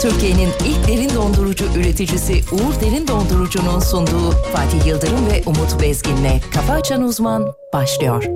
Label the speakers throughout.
Speaker 1: Türkiye'nin ilk derin dondurucu üreticisi Uğur Derin Dondurucu'nun sunduğu Fatih Yıldırım ve Umut Bezgin'le Kafa Açan Uzman başlıyor.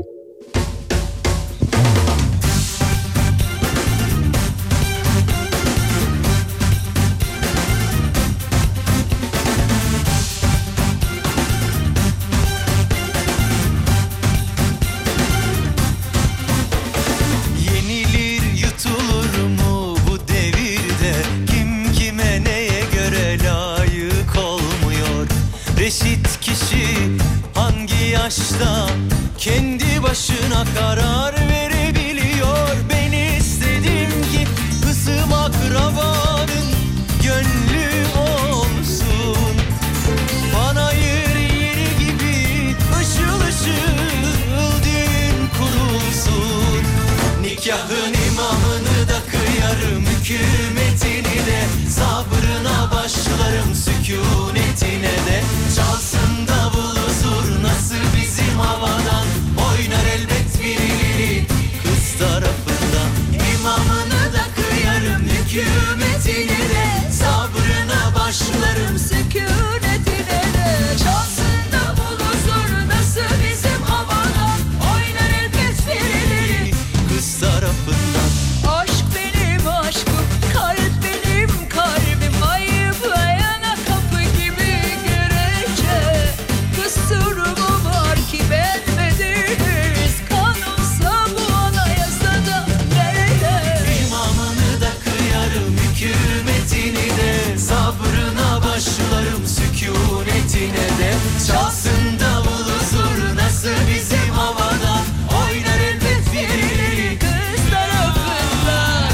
Speaker 2: Reşit kişi hangi yaşta kendi başına karar verebiliyor. Ben istedim ki kızım akrabanın gönlü olsun. Bana yeri gibi ışıl ışıl düğün kurulsun. Nikahın imamını da kıyarım, hükümetini de, sabrına başlarım, sükunetine de. Çalsın davulu zurnası bizim havadan, oynar elbet birileri kız tarafından. İmamını da kıyarım, hükümetini de, sabrına başlarım, sükunetine de. Çalsın davulu zurnası bizim havadan, oynar elbet birileri kız tarafından. Aşk benim aşkım, kalp benim kalbim, ayıplayana kapı gibi görece. Kusurumu var ki vermediniz, kanunsa bu anayasada nerede? İmamını da kıyarım, hükümetini de, sabrına başlarım, sükunetine de. Çalsın davulu zurnası bizim havadan, oynar elbet birileri kız tarafından.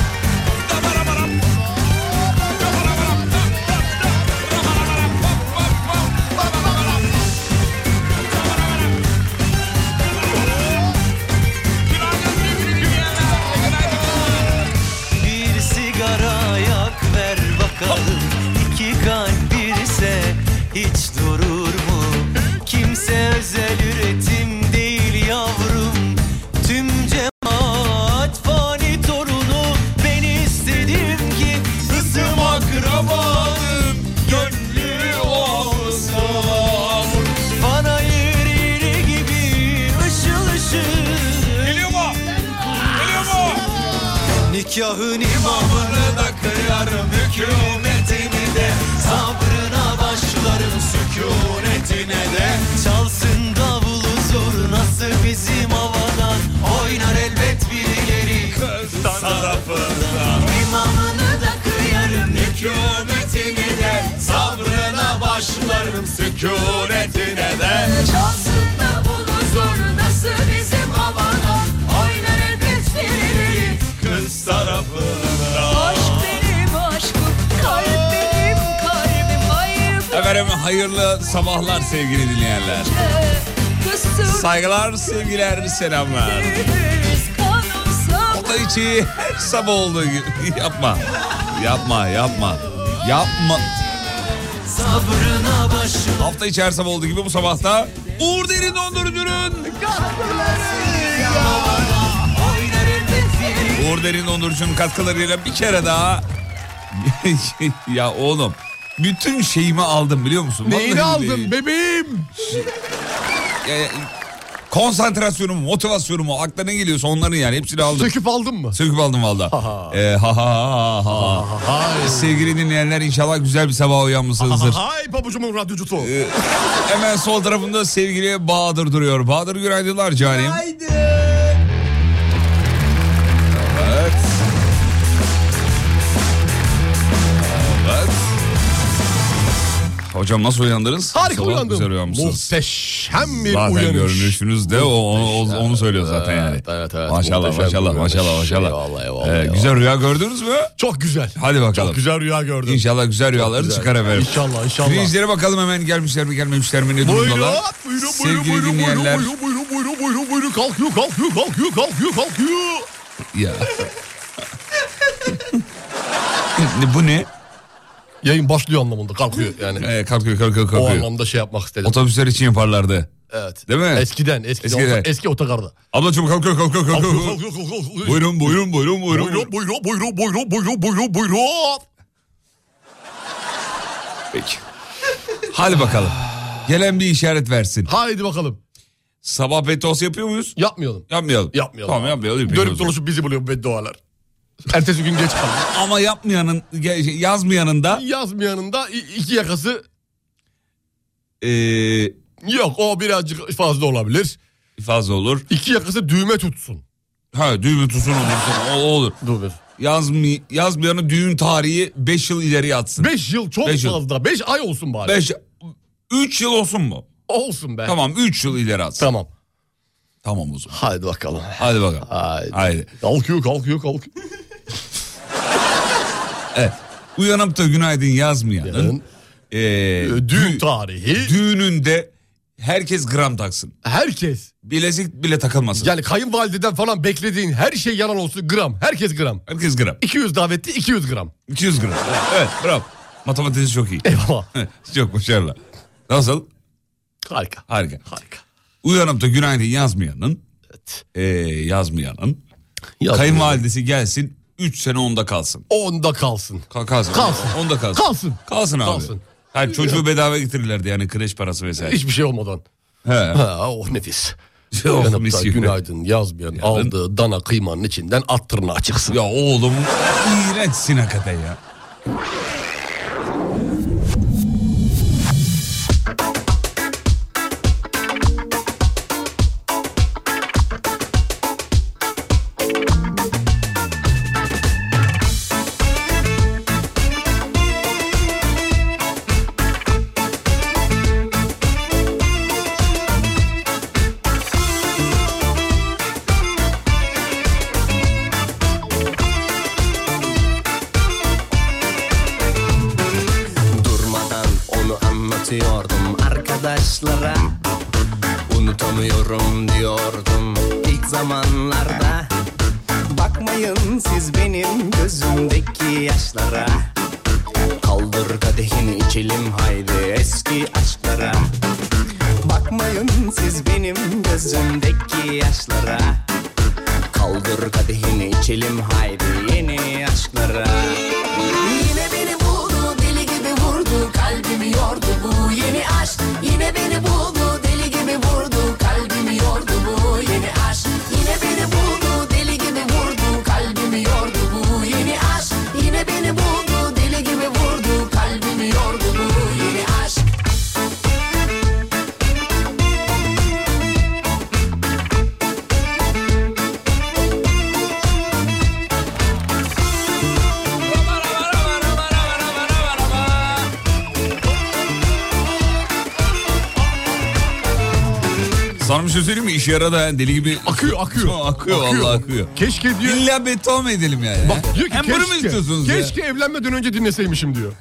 Speaker 2: Bir sigara yak ver bakalım, iki kalp birse hiç durur mu? Kimse özel üretim değil yavrum, tüm cemaat fani torunu. Ben istedim ki kızım akrabanın gönlü olsun. Bana yeri gibi ışıl ışıl. Geliyor mu? Geliyor mu? Nikahın imamını da kıyarım, hükümetini de, sabrına başlarım, sükunetine de. Çalsın davulu zurnası bizim havadan, oynar elbet birileri kız tarafından. İmamını da kıyarım, hükümetini de, sabrına başlarım, sükunetine de. Çalsın davulu zurnası bizim havadan, oynar elbet birileri kız tarafından. Aşk benim aşkım, kalp benim kalbim, ayıp.
Speaker 3: Efendim hayırlı sabahlar sevgili dinleyenler. Saygılar, sevgiler, selamlar. Hafta içi her sabah olduğu gibi yapma. Hafta içi her sabah olduğu gibi bu sabahta Uğur Derin Dondurucu'nun Uğur Derin Dondurucu'nun katkılarıyla bir kere daha ya oğlum bütün şeyimi aldım biliyor musun?
Speaker 4: Neyini aldın bebeğim?
Speaker 3: Konsantrasyonumu, motivasyonumu, aklına ne geliyorsa onların yani hepsini aldım.
Speaker 4: Söküp aldın mı?
Speaker 3: Söküp aldım valla. Sevgili dinleyenler inşallah güzel bir sabah uyanmışsınızdır.
Speaker 4: Hay pabucumun radyocusu.
Speaker 3: Hemen sol tarafında sevgili Bahadır duruyor. Bahadır günaydınlar canim.
Speaker 2: Günaydın.
Speaker 3: Evet. Hocam nasıl uyandınız?
Speaker 4: Harika
Speaker 3: Sabah
Speaker 4: uyandım.
Speaker 3: Güzel uyanmışsınız.
Speaker 4: Muhteşem bir
Speaker 3: zaten
Speaker 4: uyanış.
Speaker 3: görünüşünüz de onu söylüyor zaten yani.
Speaker 4: Evet.
Speaker 3: Maşallah.
Speaker 4: Eyvallah.
Speaker 3: Güzel rüya gördünüz mü?
Speaker 4: Çok güzel.
Speaker 3: Hadi bakalım.
Speaker 4: Çok güzel rüya gördüm.
Speaker 3: İnşallah güzel rüyaları
Speaker 4: güzel.
Speaker 3: çıkar efendim.
Speaker 4: İnşallah.
Speaker 3: Dinleyicilere bakalım hemen gelmişler mi gelmemişler mi ne durumdalar? Sevgili dinleyenler.
Speaker 4: Buyurun. Kalkıyor.
Speaker 3: Ya. Bu ne?
Speaker 4: Yayın başlıyor anlamında kalkıyor yani.
Speaker 3: Kalkıyor.
Speaker 4: O anlamda şey yapmak istedim.
Speaker 3: Otobüsler için yaparlardı.
Speaker 4: Evet.
Speaker 3: Değil mi?
Speaker 4: Eskiden. Eski otogarda.
Speaker 3: Ablacığım kalkıyor. Buyurun.
Speaker 4: Buyurun.
Speaker 3: Peki. Hadi bakalım. Gelen bir işaret versin.
Speaker 4: Haydi bakalım.
Speaker 3: Sabah bedduası yapıyor muyuz?
Speaker 4: Yapmayalım.
Speaker 3: Yapmayalım. Tamam yapmayalım.
Speaker 4: Dönüp dolaşıp bizi buluyor bu beddualar. Ertesi gün geç kalıyor.
Speaker 3: Ama yazmayanın da
Speaker 4: iki yakası yok, o birazcık fazla olabilir.
Speaker 3: Fazla olur.
Speaker 4: İki yakası düğme tutsun.
Speaker 3: Ha, düğme tutsun olursa o olur.
Speaker 4: Düğme.
Speaker 3: Yazmayanın düğün tarihi 5 yıl ileriye atsın.
Speaker 4: 5 yıl çok fazla. 5 ay olsun bari.
Speaker 3: 3 yıl olsun mu?
Speaker 4: Olsun be.
Speaker 3: Tamam, 3 yıl ileri atsın.
Speaker 4: Tamam.
Speaker 3: Tamam o zaman.
Speaker 4: Haydi bakalım.
Speaker 3: Hadi bakalım. Haydi.
Speaker 4: Kalkıyor.
Speaker 3: Evet. Uyanıp da günaydın yazmayanın
Speaker 4: düğün tarihi.
Speaker 3: Düğününde herkes gram taksın.
Speaker 4: Herkes.
Speaker 3: Bilezik bile takılmasın.
Speaker 4: Yani kayınvalideden falan beklediğin her şey yalan olsun, gram. Herkes gram. 200 davetli 200 gram.
Speaker 3: 200 gram. Evet, bravo. Matematiğiniz çok iyi.
Speaker 4: Eyvallah.
Speaker 3: Çok başarılı. Nasıl?
Speaker 4: Harika.
Speaker 3: Uyanıp da günaydın yazmayanın, kayınvalidesi gelsin 3 sene onda kalsın.
Speaker 4: Onda kalsın.
Speaker 3: Kalsın. Onda kalsın. Kalsın abi. Yani çocuğu bedava getirirlerdi yani, kreş parası vesaire.
Speaker 4: Hiçbir şey olmadan. Nefis. Uyanıp da günaydın yazmayan aldığı dana kıymanın içinden at tırnağı çıksın.
Speaker 3: Ya oğlum iğrençsin hakikaten ya.
Speaker 2: Arkadaşlara unutamıyorum diyordum ilk zamanlarda. Bakmayın siz benim gözümdeki yaşlara. Kaldır kadehini içelim haydi eski aşklara. Bakmayın siz benim gözümdeki yaşlara. Kaldır kadehini içelim haydi yeni aşklara. Yine beni buldu, deli gibi vurdu, kalbimi yordu bu yeni aşk. Yine beni buldu, deli gibi vurdu, kalbimi yordu bu yeni aşk. Yine beni buldu, deli gibi vurdu, kalbimi yordu bu yeni aşk. Yine beni buldu, deli gibi vurdu, kalbimi yordu bu yeni aşk.
Speaker 3: Sana bir şey söyleyeyim mi? İşe yaradı ha, deli gibi.
Speaker 4: Akıyor
Speaker 3: Vallahi akıyor.
Speaker 4: Keşke diyor.
Speaker 3: İlla beton mu edelim yani?
Speaker 4: Bak diyor ki
Speaker 3: hem bunu mu istiyorsunuz
Speaker 4: keşke evlenmeden önce dinleseymişim diyor.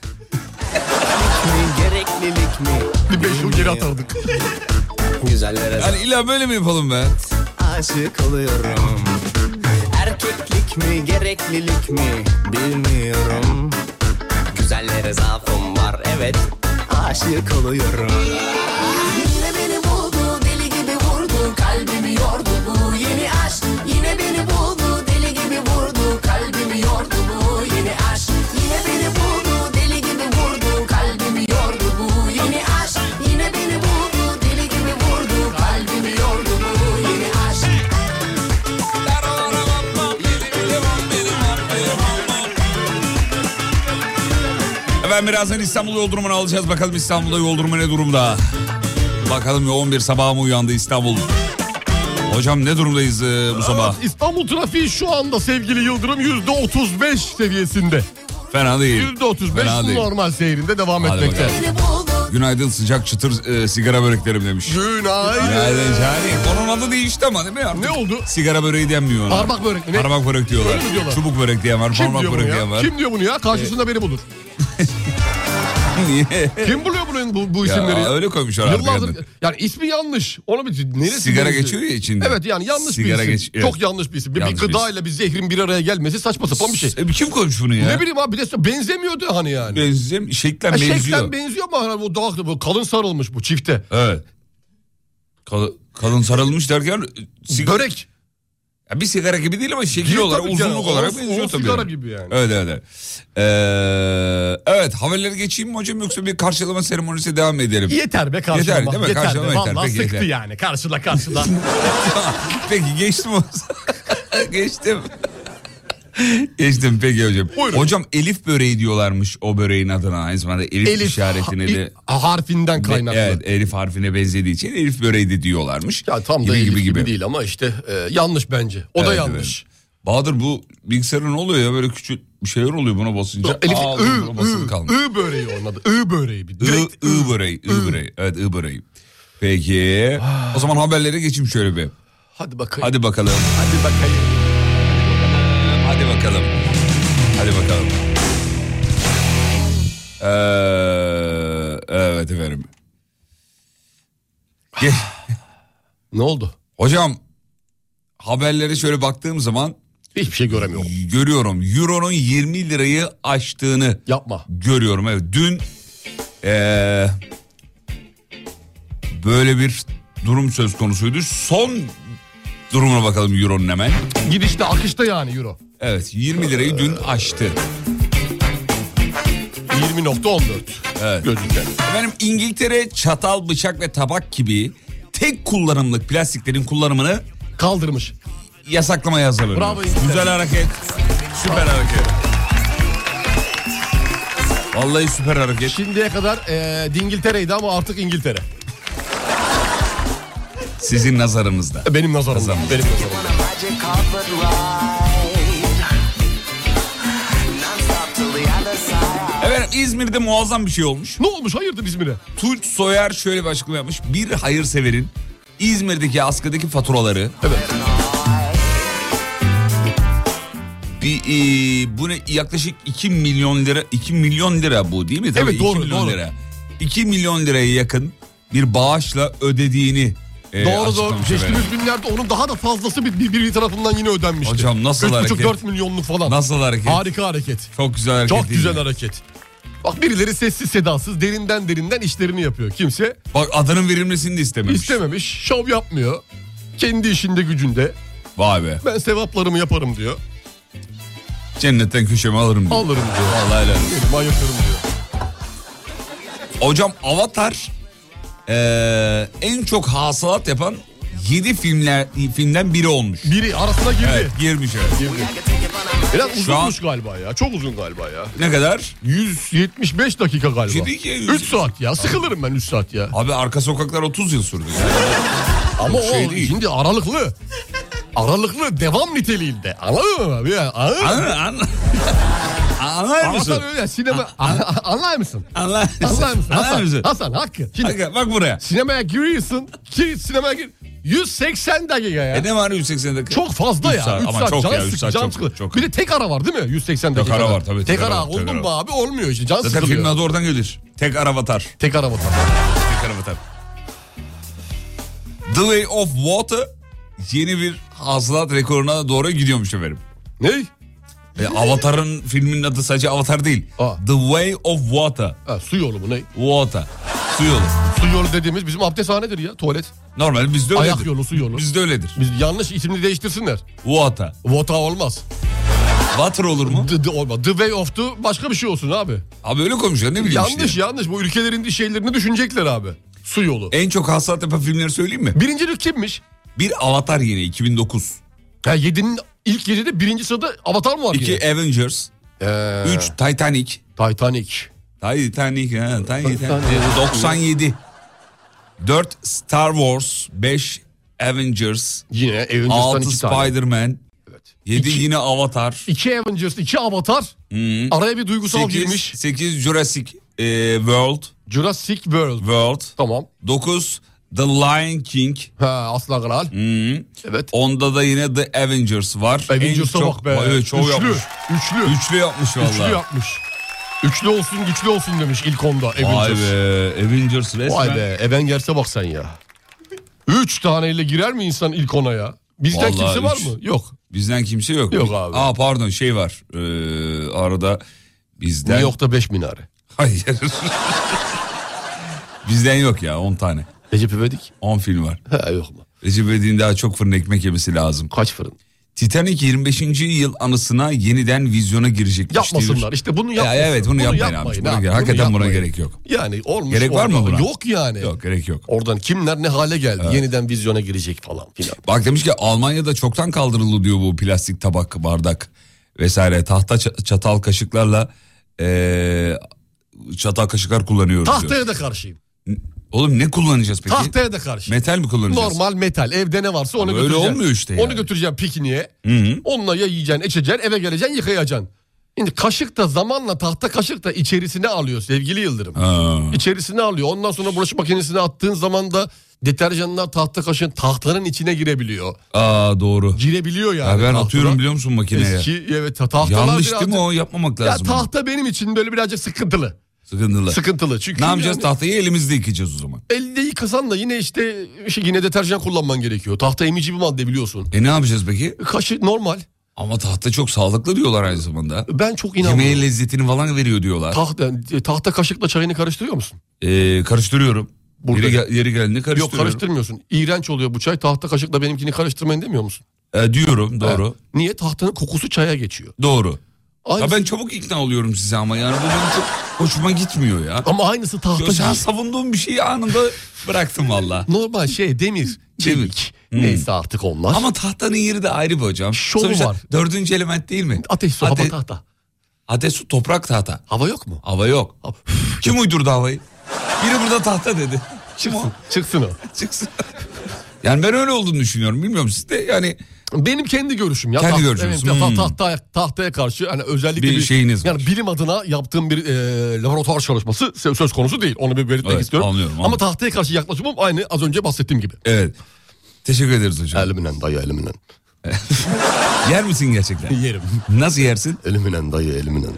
Speaker 2: Gereklilik mi?
Speaker 4: Bir 5 yıl geri atardık.
Speaker 2: Güzellere
Speaker 3: Yani illa böyle mi yapalım be?
Speaker 2: aşık oluyorum. Erkeklik mi gereklilik mi bilmiyorum. Güzellere zaafım var evet, aşık oluyorum. Yine beni buldu, deli gibi vurdu, kalbimi yordu bu yeni aşk. Yine beni buldu, deli gibi vurdu, kalbimi yordu bu yeni aşk. Yine beni buldu, deli gibi vurdu, kalbimi yordu bu yeni aşk. Yine beni buldu, deli gibi vurdu, kalbimi yordu bu yeni aşk.
Speaker 3: Efendim birazdan İstanbul yol durumunu alacağız. Bakalım İstanbul'da yol durumu ne durumda? Bakalım yoğun bir sabah mı uyandı İstanbul? Hocam ne durumdayız bu sabah?
Speaker 4: İstanbul trafiği şu anda sevgili Yıldırım %35 seviyesinde.
Speaker 3: Fena değil.
Speaker 4: %35 normal seyrinde devam etmekte.
Speaker 3: Günaydın sıcak çıtır sigara böreklerim demiş.
Speaker 4: Günaydın.
Speaker 3: Onun adı değişti ama değil mi? Artık
Speaker 4: ne oldu?
Speaker 3: Sigara böreği denmiyor ona.
Speaker 4: Parmak börek.
Speaker 3: Parmak börek diyorlar. Çubuk börek diyen var. Parmak börek diyen var.
Speaker 4: Kim diyor bunu ya? Karşısında beni bulur.
Speaker 3: Niye?
Speaker 4: Kim buluyor bu isimleri ya?
Speaker 3: Öyle koymuşlar.
Speaker 4: Yıllardır. Yani ismi yanlış. Onu neresi?
Speaker 3: Sigara geçiyor ya içinde.
Speaker 4: Evet yani yanlış sigara bir isim. Çok yanlış bir isim. Bir gıdayla bir zehrin bir araya gelmesi saçma sapan bir şey.
Speaker 3: Kim koymuş bunu ya?
Speaker 4: Ne bileyim abi, bir de benzemiyordu hani yani.
Speaker 3: Şeklen benziyor.
Speaker 4: Şeklen benziyor ama bu daha kalın sarılmış bu çifte.
Speaker 3: Evet. Kalın sarılmış derken
Speaker 4: börek.
Speaker 3: Ya bir sigara gibi değil ama şekil olarak, uzunluk olarak benziyor tabii.
Speaker 4: Sigara gibi yani.
Speaker 3: Öyle. Evet, haberleri geçeyim mi hocam, yoksa bir karşılama seremonisi devam edelim?
Speaker 4: Yeter be karşılama.
Speaker 3: Yeter değil mi? Karşılama yeter.
Speaker 4: Vallahi
Speaker 3: Peki,
Speaker 4: sıktı
Speaker 3: yeter.
Speaker 4: yani. Karşıla.
Speaker 3: Peki geçtim o Geçtim. Geçtim peki hocam.
Speaker 4: Buyurun.
Speaker 3: Hocam Elif böreği diyorlarmış o böreğin adına. Aynı zamanda Elif işaretine de.
Speaker 4: Harfinden kaynaklı.
Speaker 3: Evet, Elif harfine benzediği için Elif böreği de diyorlarmış.
Speaker 4: Ya tam da Elif gibi değil ama işte yanlış bence. O da yanlış.
Speaker 3: Evet. Bahadır, bu bilgisayarın oluyor ya böyle küçük bir şeyler oluyor buna basınca.
Speaker 4: Elif I böreği olmadı. I böreği.
Speaker 3: I böreği. Evet, I böreği. Peki. O zaman haberlere geçeyim şöyle bir.
Speaker 4: Hadi bakalım.
Speaker 3: Hadi bakalım. Evet efendim.
Speaker 4: Ne oldu?
Speaker 3: Hocam haberlere şöyle baktığım zaman
Speaker 4: hiçbir şey göremiyorum.
Speaker 3: Görüyorum. Euro'nun 20 lirayı aştığını görüyorum. Evet. Dün böyle bir durum söz konusuydu. Son durumuna bakalım Euro'nun hemen.
Speaker 4: Gidişte akışta yani Euro.
Speaker 3: Evet, 20 lirayı dün aştı.
Speaker 4: 20.14.
Speaker 3: Evet.
Speaker 4: Gözüküyor.
Speaker 3: Efendim, İngiltere çatal, bıçak ve tabak gibi tek kullanımlık plastiklerin kullanımını
Speaker 4: kaldırmış.
Speaker 3: Yasaklamaya hazırlanıyor.
Speaker 4: Bravo İngiltere.
Speaker 3: Güzel hareket. Süper hareket. Vallahi süper hareket.
Speaker 4: Şimdiye kadar Dingiltere'ydi ama artık İngiltere.
Speaker 3: Sizin nazarınızda.
Speaker 4: Benim nazarımda. Benim nazarımda.
Speaker 3: Evet, İzmir'de muazzam bir şey olmuş.
Speaker 4: Ne olmuş? Hayırdır İzmir'e?
Speaker 3: Tunç Soyer şöyle bir açıklama yapmış. Bir hayırseverin İzmir'deki askıdaki faturaları.
Speaker 4: Evet.
Speaker 3: Bu ne, yaklaşık 2 milyon lira. 2 milyon lira bu değil mi? Tabii,
Speaker 4: evet, doğru.
Speaker 3: 2 milyon lira. 2 milyon liraya yakın bir bağışla ödediğini
Speaker 4: doğru. Geçtiğimiz günlerde onun daha da fazlası biri tarafından yine ödenmişti.
Speaker 3: Hocam nasıl hareket?
Speaker 4: 3,5-4 milyonluk falan.
Speaker 3: Nasıl hareket?
Speaker 4: Harika hareket.
Speaker 3: Çok güzel hareket.
Speaker 4: Çok güzel hareket. Bak, birileri sessiz sedasız derinden işlerini yapıyor. Kimse.
Speaker 3: Bak, adının verilmesini de istememiş.
Speaker 4: İstememiş. Şov yapmıyor. Kendi işinde gücünde.
Speaker 3: Vay be.
Speaker 4: Ben sevaplarımı yaparım diyor.
Speaker 3: Cennetten köşemi alırım diyor.
Speaker 4: Alırım diyor.
Speaker 3: Vallahi helal.
Speaker 4: Benim ayırtırım diyor.
Speaker 3: Hocam Avatar en çok hasılat yapan 7 filmden biri olmuş.
Speaker 4: Biri arasına girdi.
Speaker 3: Evet, girmiş evet.
Speaker 4: Girdi. Biraz uzunmuş galiba ya. Çok uzun galiba ya.
Speaker 3: Ne kadar?
Speaker 4: 175 dakika galiba. 3 saat ya. Sıkılırım ben 3 saat ya.
Speaker 3: Abi Arka Sokaklar 30 yıl sürdü.
Speaker 4: Ama o şimdi aralıklı. Aralıklı devam niteliğinde. Anladın mı abi ya?
Speaker 3: Anlar mısın?
Speaker 4: Öyle sinema. Anlar mısın?
Speaker 3: Anlar mısın?
Speaker 4: Hasan Hakkı. Şimdi
Speaker 3: bak buraya.
Speaker 4: Sinemaya giriyorsun. Sinemaya gir. 180 dakika ya.
Speaker 3: Ne var 180 dakika?
Speaker 4: Çok fazla ya. 3 saat.
Speaker 3: Ama çok ya. 3 saat
Speaker 4: can
Speaker 3: çok.
Speaker 4: Bir de tek ara var değil mi? 180 dakika.
Speaker 3: Tek ara var tabii.
Speaker 4: Tek ara oldu mu abi olmuyor işte. Can
Speaker 3: zaten
Speaker 4: sıkılıyor.
Speaker 3: filmin adı oradan gelir. Tek Aravatar.
Speaker 4: Tek Aravatar.
Speaker 3: Tek Aravatar. The Way of Water yeni bir hasılat rekoruna doğru gidiyormuş efendim.
Speaker 4: Ne?
Speaker 3: Avatar'ın filminin adı sadece Avatar değil. The Way of Water.
Speaker 4: Su yolu mu ne?
Speaker 3: Water. Su yolu.
Speaker 4: Su yolu dediğimiz bizim abdesthanedir ya, tuvalet.
Speaker 3: Normal bizde öyledir.
Speaker 4: Ayak yolu, su yolu.
Speaker 3: Bizde öyledir.
Speaker 4: Biz yanlış isimini değiştirsinler.
Speaker 3: Water.
Speaker 4: Water olmaz.
Speaker 3: Water olur mu?
Speaker 4: Olmaz. The way of the başka bir şey olsun abi.
Speaker 3: Abi öyle konuşuyor, ne bileyim
Speaker 4: yanlış
Speaker 3: işte.
Speaker 4: Yanlış. Bu ülkelerin şeylerini düşünecekler abi. Su yolu.
Speaker 3: En çok hasılat yapan filmleri söyleyeyim mi?
Speaker 4: Birincilik kimmiş?
Speaker 3: Bir Avatar yine 2009.
Speaker 4: Ha, 7'nin ilk 7'de birinci sırada Avatar mı var
Speaker 3: 2
Speaker 4: yine?
Speaker 3: Avengers. 3 Titanic.
Speaker 4: Titanic.
Speaker 3: 97. 4 Star Wars. 5 Avengers.
Speaker 4: Yine Avengers'tan
Speaker 3: 6
Speaker 4: 2 tane.
Speaker 3: Spider-Man. Evet. 7 yine Avatar.
Speaker 4: 2 Avengers, 2 Avatar. Araya bir duygusal girmiş.
Speaker 3: 8 Jurassic World.
Speaker 4: Jurassic World. Tamam.
Speaker 3: 9 The Lion King.
Speaker 4: Aslan Kral. Evet.
Speaker 3: Onda da yine The Avengers var.
Speaker 4: Avengers'a bak be.
Speaker 3: Evet, çok
Speaker 4: Üçlü.
Speaker 3: yapmış. Üçlü yapmış vallahi.
Speaker 4: Üçlü yapmış. Üçlü olsun güçlü olsun demiş ilk onda Avengers.
Speaker 3: Vay be, Avengers resmen.
Speaker 4: Vay be, Avengers'e bak sen ya. 3 taneyle girer mi insan ilk ona ya? Bizden vallahi kimse var mı? Yok.
Speaker 3: Bizden kimse yok.
Speaker 4: Yok abi.
Speaker 3: Pardon şey var. Arada bizden.
Speaker 4: New York'ta 5 minare.
Speaker 3: Hayır. Bizden yok ya 10 tane.
Speaker 4: Recep İvedik?
Speaker 3: 10 film var.
Speaker 4: Yok mu?
Speaker 3: Recep İvedik'in daha çok fırın ekmek yemesi lazım.
Speaker 4: Kaç fırın?
Speaker 3: Titanic 25. yıl anısına yeniden vizyona girecekmiş.
Speaker 4: Yapmasınlar işte bunu yapmasınlar.
Speaker 3: Evet bunu yapmayın abi. Hakikaten buna gerek yok.
Speaker 4: Yani olmuş.
Speaker 3: Gerek var mı buna?
Speaker 4: Yok yani.
Speaker 3: Yok gerek yok.
Speaker 4: Oradan kimler ne hale geldi. Evet. Yeniden vizyona girecek falan filan.
Speaker 3: Bak demiş ki Almanya'da çoktan kaldırıldı diyor bu plastik tabak, bardak vesaire. Tahta çatal kaşıklarla çatal kaşıklar kullanıyoruz
Speaker 4: Tahtaya
Speaker 3: diyor.
Speaker 4: da karşıyım.
Speaker 3: Oğlum ne kullanacağız peki?
Speaker 4: Tahtaya da karşı.
Speaker 3: Metal mi kullanacağız?
Speaker 4: Normal metal. Evde ne varsa onu götüreceksin.
Speaker 3: Öyle olmuyor işte yani.
Speaker 4: Onu götüreceksin pikniğe. Hı-hı. Onunla ya yiyeceksin, içeceksin, eve geleceksin, yıkayacaksın. Şimdi kaşık da zamanla tahta kaşık da içerisine alıyor sevgili Yıldırım. İçerisine alıyor. Ondan sonra bulaşık makinesine attığın zaman da deterjanlar tahta kaşığın tahtanın içine girebiliyor.
Speaker 3: Doğru.
Speaker 4: Girebiliyor yani.
Speaker 3: Ya ben
Speaker 4: tahtada.
Speaker 3: atıyorum biliyor musun makineye?
Speaker 4: Eski evet tahtalar
Speaker 3: yanlış
Speaker 4: birazcık...
Speaker 3: değil mi o, yapmamak lazım.
Speaker 4: Ya tahta benim için böyle birazcık sıkıntılı. Sıkıntılı. Çünkü
Speaker 3: ne yapacağız
Speaker 4: yani,
Speaker 3: tahtayı elimizde yıkayacağız o zaman.
Speaker 4: Elde yıkasan da yine işte yine deterjan kullanman gerekiyor. Tahta emici bir madde biliyorsun.
Speaker 3: Ne yapacağız peki?
Speaker 4: Kaşık normal.
Speaker 3: Ama tahta çok sağlıklı diyorlar aynı zamanda.
Speaker 4: Ben çok inanmıyorum.
Speaker 3: Yemeğin lezzetini falan veriyor diyorlar.
Speaker 4: Tahta kaşıkla çayını karıştırıyor musun?
Speaker 3: Karıştırıyorum. Yeri geldiğinde karıştırıyorum.
Speaker 4: Yok karıştırmıyorsun. İğrenç oluyor bu çay. Tahta kaşıkla benimkini karıştırmayın demiyor musun?
Speaker 3: Diyorum doğru.
Speaker 4: Niye? Tahtanın kokusu çaya geçiyor.
Speaker 3: Doğru. Ya ben çabuk ikna oluyorum size ama yani bu benim çok hoşuma gitmiyor ya.
Speaker 4: Ama aynısı tahta.
Speaker 3: Sen savunduğun bir şeyi anında bıraktım valla.
Speaker 4: Normal demir, çelik. Neyse artık onlar.
Speaker 3: Ama tahtanın yeri de ayrı bir hocam.
Speaker 4: Şovu
Speaker 3: sonuçta
Speaker 4: var.
Speaker 3: 4. element değil mi?
Speaker 4: Ateş, su, hava, tahta.
Speaker 3: Ateş, su, toprak, tahta.
Speaker 4: Hava yok mu?
Speaker 3: Hava yok. Kim uydurdu havayı? Biri burada tahta dedi.
Speaker 4: Çıksın o.
Speaker 3: Çıksın. Yani ben öyle olduğunu düşünüyorum. Bilmiyorum siz de yani...
Speaker 4: Benim kendi görüşüm ya.
Speaker 3: Kendi görüşünüz.
Speaker 4: Tahtaya karşı hani özellikle
Speaker 3: bir şeyiniz
Speaker 4: yani var. Bilim adına yaptığım bir laboratuvar çalışması söz konusu değil. Onu bir belirtmek istiyorum.
Speaker 3: Anlıyorum.
Speaker 4: Ama tahtaya karşı yaklaşımım aynı az önce bahsettiğim gibi.
Speaker 3: Evet. Teşekkür ederiz hocam.
Speaker 4: Eliminen dayı eliminen.
Speaker 3: Yer misin gerçekten?
Speaker 4: Yerim.
Speaker 3: Nasıl yersin?
Speaker 4: Eliminen dayı eliminen.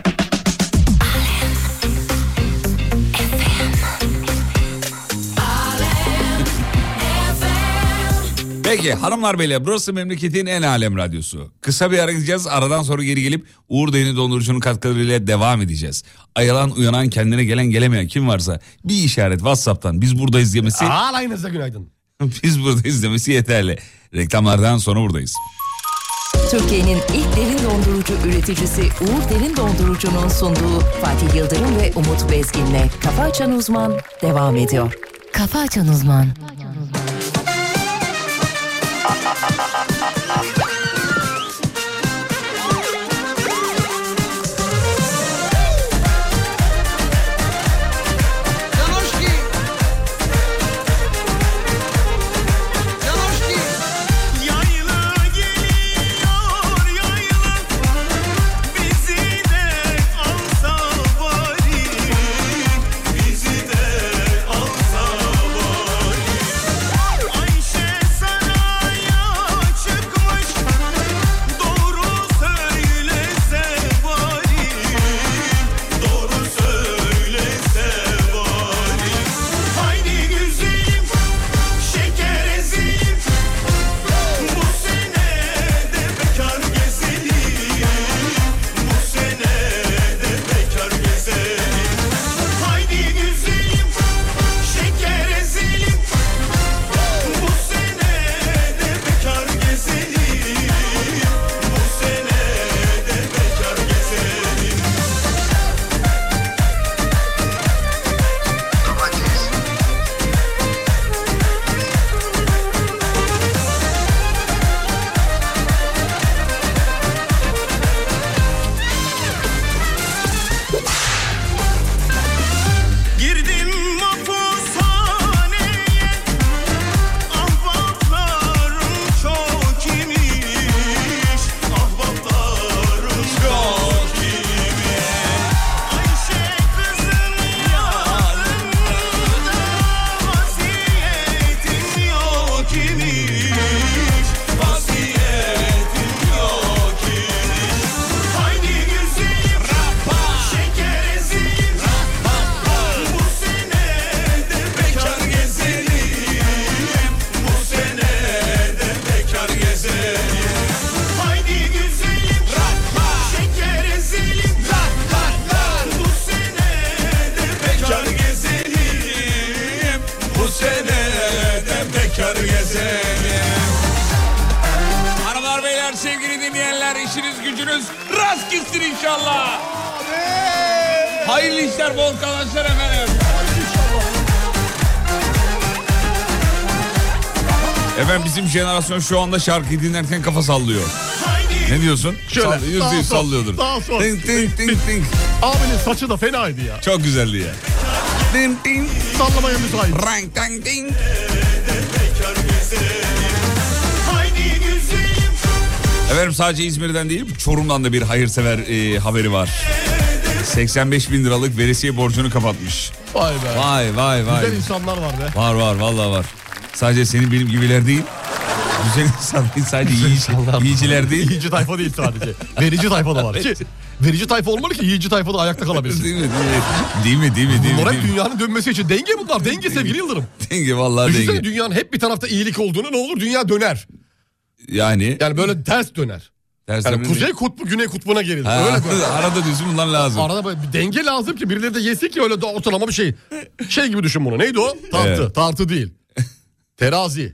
Speaker 3: Peki hanımlar beyler, burası memleketin en alem radyosu. Kısa bir ara gideceğiz. Aradan sonra geri gelip Uğur Derin Dondurucu'nun katkılarıyla devam edeceğiz. Ayılan, uyanan, kendine gelen, gelemeyen kim varsa bir işaret WhatsApp'tan biz buradayız demesi.
Speaker 4: Alayınıza günaydın.
Speaker 3: Biz buradayız demesi yeterli. Reklamlardan sonra buradayız.
Speaker 1: Türkiye'nin ilk derin dondurucu üreticisi Uğur Derin Dondurucu'nun sunduğu Fatih Yıldırım ve Umut Bezgin'le Kafa Açan Uzman devam ediyor. Kafa Açan Uzman.
Speaker 3: gücünüz rast gitsin inşallah. Hayırlı işler, bol kazançlar efendim. Efendim bizim jenerasyon şu anda şarkıyı dinlerken kafa sallıyor. Ne diyorsun?
Speaker 4: Şöyle
Speaker 3: %100 sallıyordur.
Speaker 4: Daha sonra.
Speaker 3: Ding ding ding ding.
Speaker 4: Abinin saçı da fenaydı ya.
Speaker 3: Çok güzeldi ya. Ding ding.
Speaker 4: Sallamaya müsait.
Speaker 3: Rang dang ding. Efendim sadece İzmir'den değil Çorum'dan da bir hayırsever haberi var. 85 bin liralık veresiye borcunu kapatmış.
Speaker 4: Vay be.
Speaker 3: Vay vay vay.
Speaker 4: Güzel insanlar var be.
Speaker 3: Var vallahi var. Sadece senin benim gibiler değil. Güzel insanlar değil, sadece yiyiciler değil.
Speaker 4: Yiyici tayfa değil sadece. Verici tayfa da var ki. Verici tayfa olmalı ki yiyici tayfa da ayakta kalabilsin.
Speaker 3: Değil mi?
Speaker 4: Bunlar hep dünyanın dönmesi için. Denge bunlar. Denge sevgili Yıldırım.
Speaker 3: Denge vallahi
Speaker 4: Düşünsene
Speaker 3: denge.
Speaker 4: dünyanın hep bir tarafta iyilik olduğunu, ne olur dünya döner.
Speaker 3: Yani
Speaker 4: böyle ters döner. Yani kuzey kutbu güney kutbuna gerilir. Öyle böyle.
Speaker 3: Arada düzüm bunlar lazım.
Speaker 4: Arada böyle bir denge lazım ki birileri de yesin ki öyle de ortalama bir şey. Şey gibi düşün bunu. Neydi o? Tartı.
Speaker 3: Evet.
Speaker 4: Tartı değil. Terazi.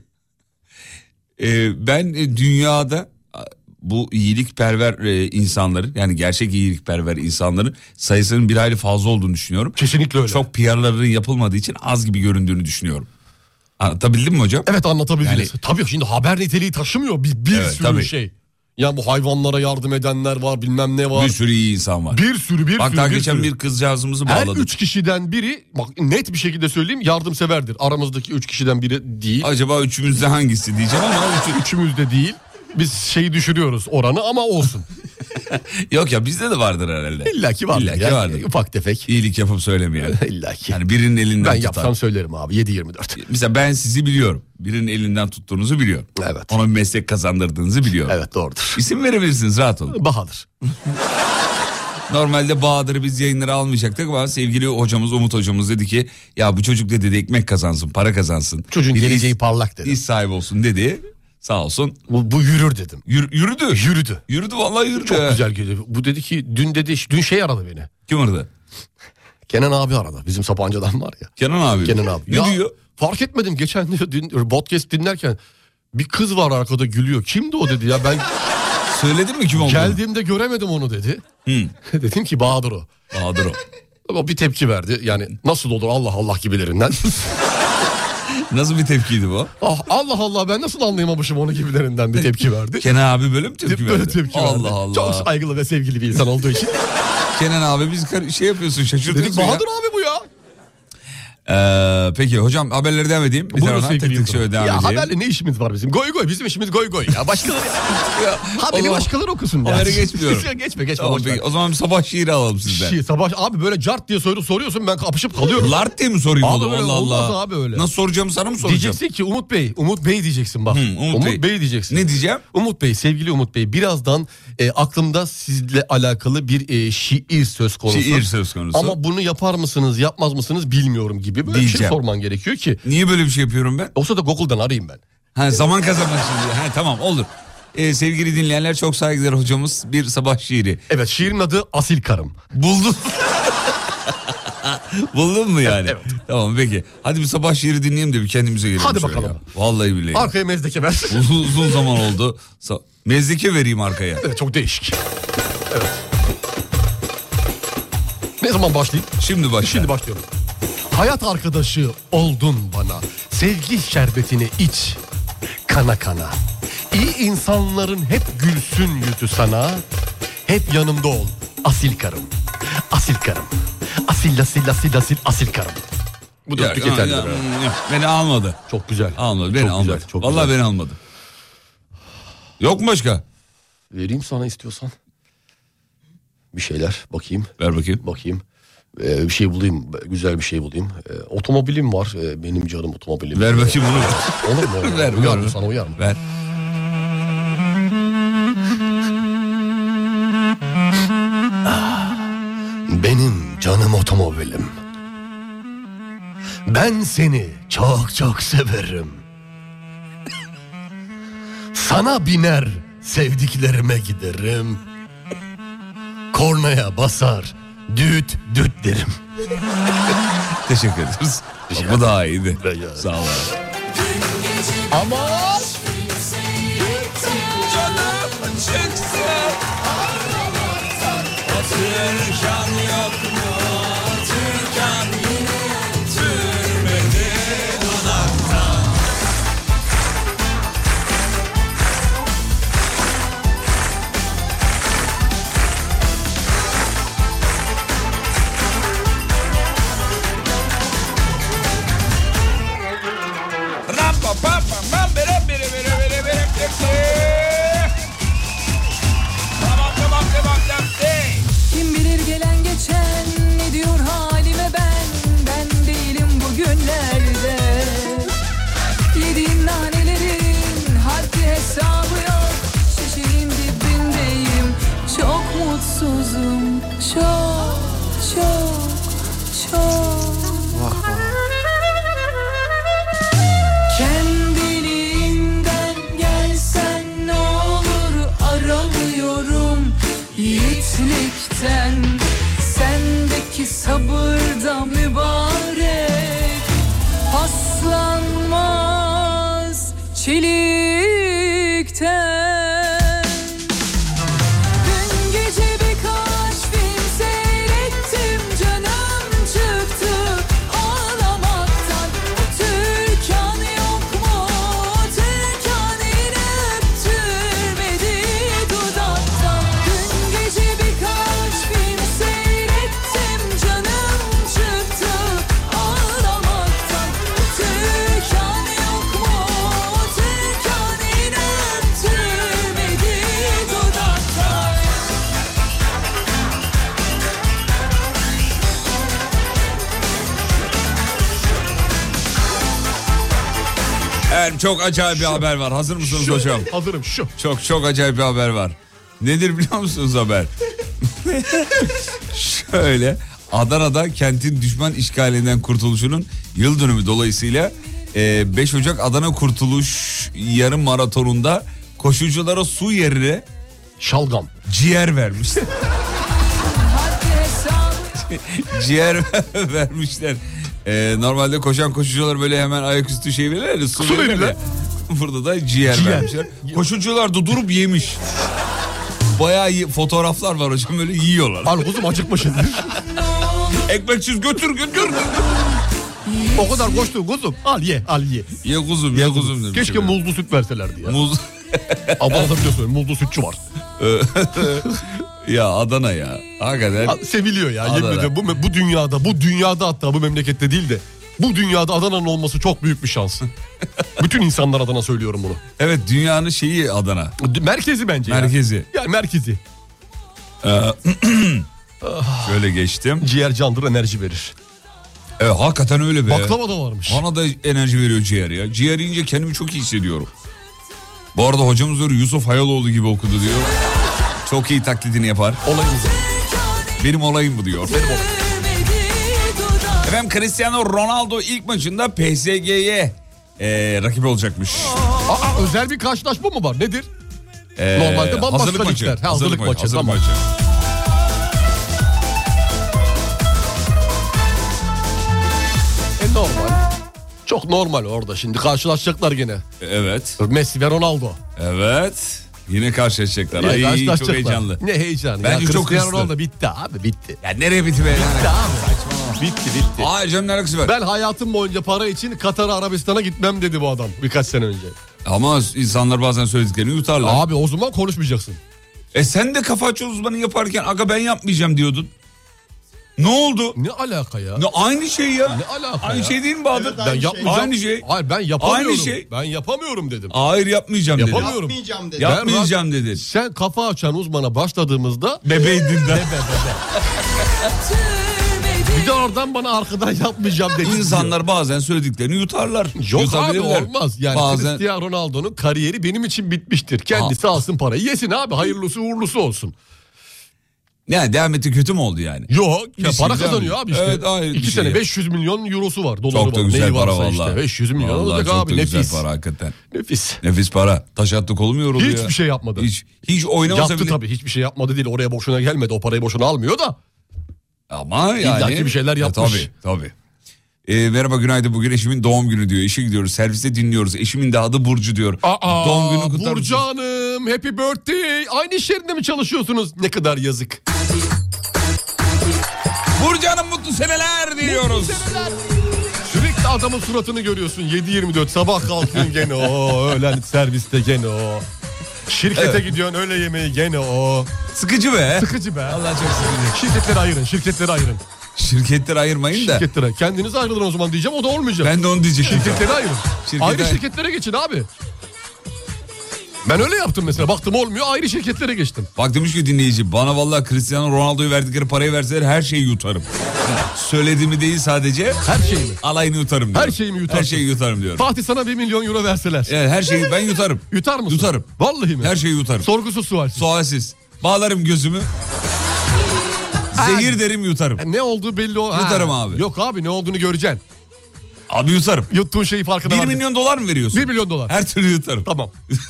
Speaker 3: Ben dünyada bu iyilikperver insanların, yani gerçek iyilikperver insanların sayısının bir hayli fazla olduğunu düşünüyorum.
Speaker 4: Kesinlikle öyle.
Speaker 3: Çok PR'ların yapılmadığı için az gibi göründüğünü düşünüyorum. Anlatabildim mi hocam?
Speaker 4: Evet, anlatabildiniz.
Speaker 3: Yani...
Speaker 4: Tabii şimdi haber niteliği taşımıyor bir
Speaker 3: evet,
Speaker 4: sürü
Speaker 3: tabii.
Speaker 4: şey. Yani bu hayvanlara yardım edenler var, bilmem ne var.
Speaker 3: Bir sürü iyi insan var.
Speaker 4: Bir sürü.
Speaker 3: Bak daha geçen bir kızcağızımızı bağladık.
Speaker 4: Her 3 kişiden biri, bak net bir şekilde söyleyeyim, yardımseverdir. Aramızdaki 3 kişiden biri değil.
Speaker 3: Acaba üçümüzde hangisi diyeceğim ama
Speaker 4: üçümüzde değil. Biz şeyi düşürüyoruz oranı ama olsun.
Speaker 3: Yok ya, bizde de vardır herhalde.
Speaker 4: İlla ki vardır.
Speaker 3: İlla ki vardır.
Speaker 4: Ufak tefek.
Speaker 3: İyilik yapıp söylemeyen.
Speaker 4: İlla ki.
Speaker 3: Yani birinin elinden
Speaker 4: ben
Speaker 3: tutar.
Speaker 4: yapsam söylerim abi 7-24.
Speaker 3: Mesela ben sizi biliyorum. Birinin elinden tuttuğunuzu biliyorum.
Speaker 4: Evet.
Speaker 3: Ona bir meslek kazandırdığınızı biliyorum.
Speaker 4: Evet, doğrudur.
Speaker 3: İsim verebilirsiniz, rahat olun.
Speaker 4: Bahadır.
Speaker 3: Normalde Bahadır'ı biz yayınlara almayacaktık ama sevgili hocamız Umut hocamız dedi ki ya bu çocuk dedi ekmek kazansın, para kazansın.
Speaker 4: Çocuğun
Speaker 3: bir
Speaker 4: geleceği parlak dedi.
Speaker 3: İş sahibi olsun dedi. Sağ olsun.
Speaker 4: Bu yürür dedim.
Speaker 3: Yürüdü. Yürüdü vallahi yürüdü.
Speaker 4: Çok güzel geliyor. Bu dedi ki dün şey aradı beni.
Speaker 3: Kim aradı?
Speaker 4: Kenan abi aradı. Bizim Sapanca'dan var ya.
Speaker 3: Kenan abi. Ne diyor?
Speaker 4: Fark etmedim. Geçen diyor podcast dinlerken bir kız var arkada gülüyor. Kimdi o dedi ya, ben
Speaker 3: söyledin mi kim olduğunu?
Speaker 4: Geldiğimde göremedim onu dedi. Dedim ki Bahadır o.
Speaker 3: Bahadır o.
Speaker 4: Ama bir tepki verdi. Yani nasıl olur Allah Allah gibilerinden.
Speaker 3: Nasıl bir tepkiydi bu?
Speaker 4: Allah Allah, ben nasıl anlayamamışım onu gibilerinden bir tepki verdi.
Speaker 3: Kenan abi böyle mi tepki verdi?
Speaker 4: Böyle tepki verdi.
Speaker 3: Allah Allah.
Speaker 4: Çok saygılı ve sevgili bir insan olduğu için.
Speaker 3: Kenan abi biz şey yapıyorsun, şaşırtıyorsun.
Speaker 4: Dedik Bahadır abi bu ya.
Speaker 3: Peki hocam haberleri devam edeyim. Bir tane tek şöyle devam edeyim.
Speaker 4: Haberle ne işimiz var bizim? Goy goy, bizim işimiz goy goy ya. Başkaları haberi başkaları okusun ya.
Speaker 3: Haberi geçmiyorum.
Speaker 4: Geçme.
Speaker 3: Tamam, peki. O zaman bir sabah şiiri alalım sizden.
Speaker 4: Sabah abi böyle cart diye soruyorsun, ben kapışıp kalıyorum.
Speaker 3: Lart diye mi sorayım
Speaker 4: abi
Speaker 3: oğlum?
Speaker 4: öyle
Speaker 3: Allah Allah.
Speaker 4: olmaz abi öyle.
Speaker 3: Nasıl soracağımı sana mı soracağım?
Speaker 4: Diyeceksin ki Umut Bey diyeceksin bak. Umut Bey diyeceksin.
Speaker 3: Ne diyeceğim?
Speaker 4: Umut Bey, sevgili Umut Bey, birazdan aklımda sizle alakalı bir şiir söz konusu.
Speaker 3: Şiir söz konusu.
Speaker 4: Ama bunu yapar mısınız yapmaz mısınız bilmiyorum gibi böyle bir şey sorman gerekiyor ki.
Speaker 3: Niye böyle bir şey yapıyorum ben?
Speaker 4: Olsa da Google'dan arayayım ben.
Speaker 3: Zaman kazanmak için. Tamam olur. Sevgili dinleyenler, çok saygıdeğer hocamız bir sabah şiiri.
Speaker 4: Evet, şiirin adı Asil Karım.
Speaker 3: Buldun. Buldun mu yani?
Speaker 4: Evet.
Speaker 3: Tamam peki. Hadi bir sabah şiiri dinleyelim de bir kendimize gelelim.
Speaker 4: Hadi
Speaker 3: şöyle
Speaker 4: bakalım.
Speaker 3: Ya. Vallahi billahi.
Speaker 4: Arkaya mezdeke ver.
Speaker 3: Uzun zaman oldu. Mezdeke vereyim arkaya.
Speaker 4: Evet, çok değişik. Evet. Ne zaman başlayayım?
Speaker 3: Şimdi
Speaker 4: başlıyorum. Hayat arkadaşı oldun bana. Sevgi şerbetini iç. Kana kana. İyi insanların hep gülsün yüzü sana. Hep yanımda ol. Asil karım. Asil karım. Asil karım. Bu da yeterli.
Speaker 3: Beni almadı.
Speaker 4: Çok güzel.
Speaker 3: Almadı. Beni almadı.
Speaker 4: Çok
Speaker 3: vallahi
Speaker 4: güzel.
Speaker 3: beni almadı. Yok mu başka?
Speaker 4: Vereyim sana istiyorsan. Bir şeyler bakayım.
Speaker 3: Ver bakayım.
Speaker 4: Bakayım. Bir şey bulayım. Güzel bir şey bulayım. Otomobilim var. Benim canım otomobilim.
Speaker 3: Ver bakayım onu.
Speaker 4: Olur mu?
Speaker 3: Ver.
Speaker 4: Uyar mı sana, uyar mı?
Speaker 3: Ver.
Speaker 4: Benim canım otomobilim. Ben seni çok çok severim. Sana biner sevdiklerime giderim. Kornaya basar düt düt derim.
Speaker 3: Teşekkür ederiz. Bu daha iyiydi. Sağ ol.
Speaker 4: Ama
Speaker 3: canım çıksın. Türkan yok mu? Türkan yine türmedi dudaktan.
Speaker 5: Kim bilir gelen geçen ne diyor halime ben değilim bugünlerde. Yediğim nanelerin haddi hesabı yok. Şişenin dibindeyim, çok mutsuzum, çok çok çok. Kendiliğinden gelsen ne olur, aramıyorum yiğitlikten. Sendeki sabır da mübarek, paslanmaz çelikten. Dün gece birkaç film seyrettim, canım çıktı ağlamaktan. Türkan yok mu? Türkan yine öptürmedi dudaktan. Dün gece birkaç film seyrettim, canım çıktı ağlamaktan. Türkan yok mu? Türkan yine öptürmedi dudaktan.
Speaker 3: Evet, çok acayip bir haber var. Hazır mısınız hocam?
Speaker 4: Hazırım şu.
Speaker 3: Çok acayip bir haber var. Nedir biliyor musunuz haber? Şöyle, Adana'da kentin düşman işgalinden kurtuluşunun yıl dönümü dolayısıyla 5 Ocak Adana Kurtuluş yarım maratonunda koşuculara su yerine
Speaker 4: Şalgam.
Speaker 3: ciğer vermiş.
Speaker 5: Haddi hesabı
Speaker 3: Ciğer vermişler. Normalde koşan koşucular böyle hemen ayaküstü şey verirler ya, su verirler.
Speaker 4: verirler.
Speaker 3: Burada da ciğer vermişler. Koşucular da durup yemiş. Bayağı iyi fotoğraflar var hocam, böyle yiyorlar.
Speaker 4: Al kuzum acıkmışsındır.
Speaker 3: Ekmeksiz götür.
Speaker 4: O kadar koştun kuzum. Al ye.
Speaker 3: Ye kuzum demiş.
Speaker 4: Keşke muzlu süt verselerdi ya.
Speaker 3: Muz.
Speaker 4: Adana'da biliyorsun muzlu sütçü var.
Speaker 3: Ya Adana ya. Hakikaten.
Speaker 4: Seviliyor ya.
Speaker 3: Adana.
Speaker 4: Yemin ederim bu dünyada hatta bu memlekette değil de bu dünyada Adana'nın olması çok büyük bir şans. Bütün insanlar adına söylüyorum bunu.
Speaker 3: Evet, dünyanın şeyi Adana.
Speaker 4: Merkezi bence
Speaker 3: Merkezi.
Speaker 4: ya. Yani merkezi.
Speaker 3: Şöyle geçtim.
Speaker 4: Ciğer candır, enerji verir.
Speaker 3: Evet, hakikaten öyle be.
Speaker 4: Baklava da varmış.
Speaker 3: Bana da enerji veriyor ciğer ya. Ciğer yiyince kendimi çok iyi hissediyorum. Bu arada hocamız diyor Yusuf Hayaloğlu gibi okudu diyor. Çok iyi taklidini yapar.
Speaker 4: Olayımız.
Speaker 3: Benim olayım bu diyor.
Speaker 4: Benim olayım.
Speaker 3: Efendim, Cristiano Ronaldo ilk maçında PSG'ye rakip olacakmış.
Speaker 4: Özel bir karşılaşma mı var? Nedir? Normalde bambaşka
Speaker 3: hazırlık maçı.
Speaker 4: ligler. Hazırlık maçı.
Speaker 3: Hazırlık
Speaker 4: Tamam.
Speaker 3: maçı.
Speaker 4: Normal. Çok normal orada şimdi karşılaşacaklar gene.
Speaker 3: Evet.
Speaker 4: Messi ve Ronaldo.
Speaker 3: Evet. Yine karşılaşacaklar.
Speaker 4: Yine
Speaker 3: Ay, çok
Speaker 4: karşılaşacaklar.
Speaker 3: heyecanlı.
Speaker 4: Ne heyecanı.
Speaker 3: Bence
Speaker 4: ya,
Speaker 3: çok
Speaker 4: Cristiano
Speaker 3: hızlı.
Speaker 4: Ronaldo bitti abi, bitti.
Speaker 3: Ya nereye bitti be?
Speaker 4: Bitti abi. Bitti.
Speaker 3: Aa canım, ne alakası var?
Speaker 4: Ben hayatım boyunca para için Katar'a, Arabistan'a gitmem dedi bu adam birkaç sene önce.
Speaker 3: Ama insanlar bazen söylediklerini yutarlar.
Speaker 4: Abi o zaman konuşmayacaksın.
Speaker 3: Sen de kafa açı uzmanı yaparken aga ben yapmayacağım diyordun. Ne oldu?
Speaker 4: Ne alaka ya?
Speaker 3: Aynı şey ya.
Speaker 4: Ne alaka
Speaker 3: Aynı
Speaker 4: ya?
Speaker 3: şey değil mi Bahadır?
Speaker 6: Evet,
Speaker 4: Ben
Speaker 6: aynı
Speaker 4: yapmayacağım.
Speaker 3: Aynı şey.
Speaker 4: Hayır ben yapamıyorum.
Speaker 3: Aynı şey.
Speaker 4: Ben yapamıyorum dedim.
Speaker 3: Hayır, yapmayacağım dedi.
Speaker 4: Yapamıyorum.
Speaker 6: Yapmayacağım dedi.
Speaker 3: Yapmayacağım dedi.
Speaker 4: Sen kafa açan uzmana başladığımızda
Speaker 3: Bebeydin de.
Speaker 4: bir de oradan bana arkadan yapmayacağım dedi.
Speaker 3: İnsanlar bazen söylediklerini yutarlar.
Speaker 4: Yok abi
Speaker 3: Yutabilirler.
Speaker 4: olmaz. Yani
Speaker 3: Bazen...
Speaker 4: Cristiano Ronaldo'nun kariyeri benim için bitmiştir. Kendisi alsın parayı yesin abi, hayırlısı uğurlusu olsun.
Speaker 3: Yani devam etti, kötü mü oldu yani?
Speaker 4: Yok ya
Speaker 3: Bir
Speaker 4: para
Speaker 3: şey
Speaker 4: kazanıyor
Speaker 3: değil.
Speaker 4: abi işte.
Speaker 3: Evet, hayır, bir
Speaker 4: 2
Speaker 3: şey
Speaker 4: sene
Speaker 3: yok.
Speaker 4: 500 milyon eurosu var. Doları
Speaker 3: Çok da
Speaker 4: var.
Speaker 3: güzel
Speaker 4: Neyi
Speaker 3: para
Speaker 4: varsa
Speaker 3: vallahi.
Speaker 4: işte. 500 milyon
Speaker 3: Vallahi
Speaker 4: olacak
Speaker 3: çok
Speaker 4: abi,
Speaker 3: da güzel
Speaker 4: nefis.
Speaker 3: para hakikaten.
Speaker 4: Nefis.
Speaker 3: Nefis para. Taş attı kolum yoruldu ya.
Speaker 4: Hiçbir şey yapmadı.
Speaker 3: Hiç oynamasa
Speaker 4: Yaptı
Speaker 3: bile.
Speaker 4: tabii, hiçbir şey yapmadı değil. Oraya boşuna gelmedi. O parayı boşuna almıyor da.
Speaker 3: Ama yani.
Speaker 4: İllaki bir şeyler yapmış.
Speaker 3: Tabii. Merhaba, günaydın, bugün eşimin doğum günü diyor. İşe gidiyoruz, serviste dinliyoruz. Eşimin de adı Burcu diyor. Doğum günü kutlar
Speaker 4: Burcu
Speaker 3: mısınız?
Speaker 4: Hanım, happy birthday. Aynı iş yerinde mi çalışıyorsunuz? Ne kadar yazık.
Speaker 3: seneler diliyoruz.
Speaker 4: Sürekli adamın suratını görüyorsun 7-24, sabah kalkıyorsun gene o, öğlen serviste gene o. Şirkete gidiyorsun, öğle yemeği gene o.
Speaker 3: Sıkıcı be.
Speaker 4: Sıkıcı be.
Speaker 3: Allah çok sıkıcı.
Speaker 4: Şirketleri ayırın.
Speaker 3: Şirketleri ayırmayın da.
Speaker 4: Şirketlere. Kendiniz ayrılın o zaman diyeceğim, o da olmayacak.
Speaker 3: Ben de onu diyecektim.
Speaker 4: Şirketleri ayırın. Ayrı şirketlere geçin abi. Ben öyle yaptım mesela. Baktım olmuyor, ayrı şirketlere geçtim.
Speaker 3: Bak demiş ki dinleyici, bana vallahi Cristiano Ronaldo'ya verdikleri parayı verseler her şeyi yutarım. Söylediğimi değil sadece.
Speaker 4: Her şeyi mi?
Speaker 3: Alayını yutarım diyor.
Speaker 4: Her şeyi mi yutarsın?
Speaker 3: Her şeyi yutarım diyor.
Speaker 4: Fatih sana 1 milyon euro verseler.
Speaker 3: Evet, her şeyi ben yutarım.
Speaker 4: Yutar mısın?
Speaker 3: Yutarım.
Speaker 4: Vallahi mi?
Speaker 3: Her şeyi yutarım.
Speaker 4: Sorgusuz sualsiz.
Speaker 3: Sualsiz. Bağlarım gözümü. Zehir derim yutarım.
Speaker 4: Ne olduğu belli o.
Speaker 3: Yutarım abi.
Speaker 4: Yok abi, ne olduğunu göreceksin.
Speaker 3: Abi yutarım.
Speaker 4: Yuttuğun şeyi farkına
Speaker 3: 1
Speaker 4: var.
Speaker 3: milyon dolar mı veriyorsun?
Speaker 4: 1 milyon dolar.
Speaker 3: Her türlü yutarım.
Speaker 4: Tamam.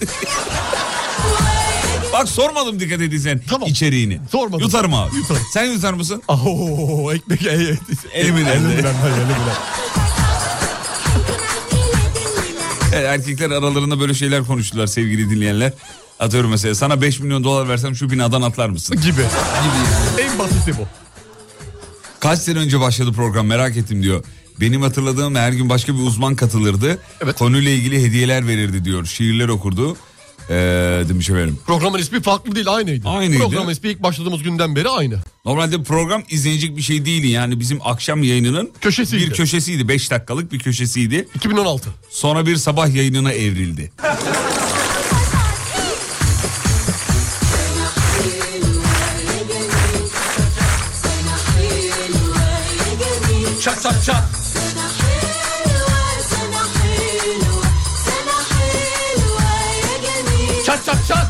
Speaker 3: Bak sormadım dikkat ediysen
Speaker 4: Tamam.
Speaker 3: içeriğini.
Speaker 4: Sormadım.
Speaker 3: Yutarım abi.
Speaker 4: Yutarım.
Speaker 3: Sen yutar mısın?
Speaker 4: Ooo ekmek.
Speaker 3: Elimin elde. Evet, erkekler aralarında böyle şeyler konuştular sevgili dinleyenler. Atıyorum mesela, sana 5 milyon dolar versem şu binadan atlar mısın?
Speaker 4: Gibi.
Speaker 3: Yani.
Speaker 4: En basiti bu.
Speaker 3: Kaç sene önce başladı program, merak ettim diyor. Benim hatırladığım her gün başka bir uzman katılırdı.
Speaker 4: Evet.
Speaker 3: Konuyla ilgili hediyeler verirdi diyor. Şiirler okurdu. Demiş efendim.
Speaker 4: Programın ismi farklı değil, aynıydı.
Speaker 3: Aynıydı.
Speaker 4: Programın ismi ilk başladığımız günden beri aynı.
Speaker 3: Normalde program izlenecek bir şey değil, yani bizim akşam yayınının
Speaker 4: Köşesiydi.
Speaker 3: bir köşesiydi. 5 dakikalık bir köşesiydi.
Speaker 4: 2016.
Speaker 3: Sonra bir sabah yayınına evrildi.
Speaker 4: Çat çat çat. Çat çat çat.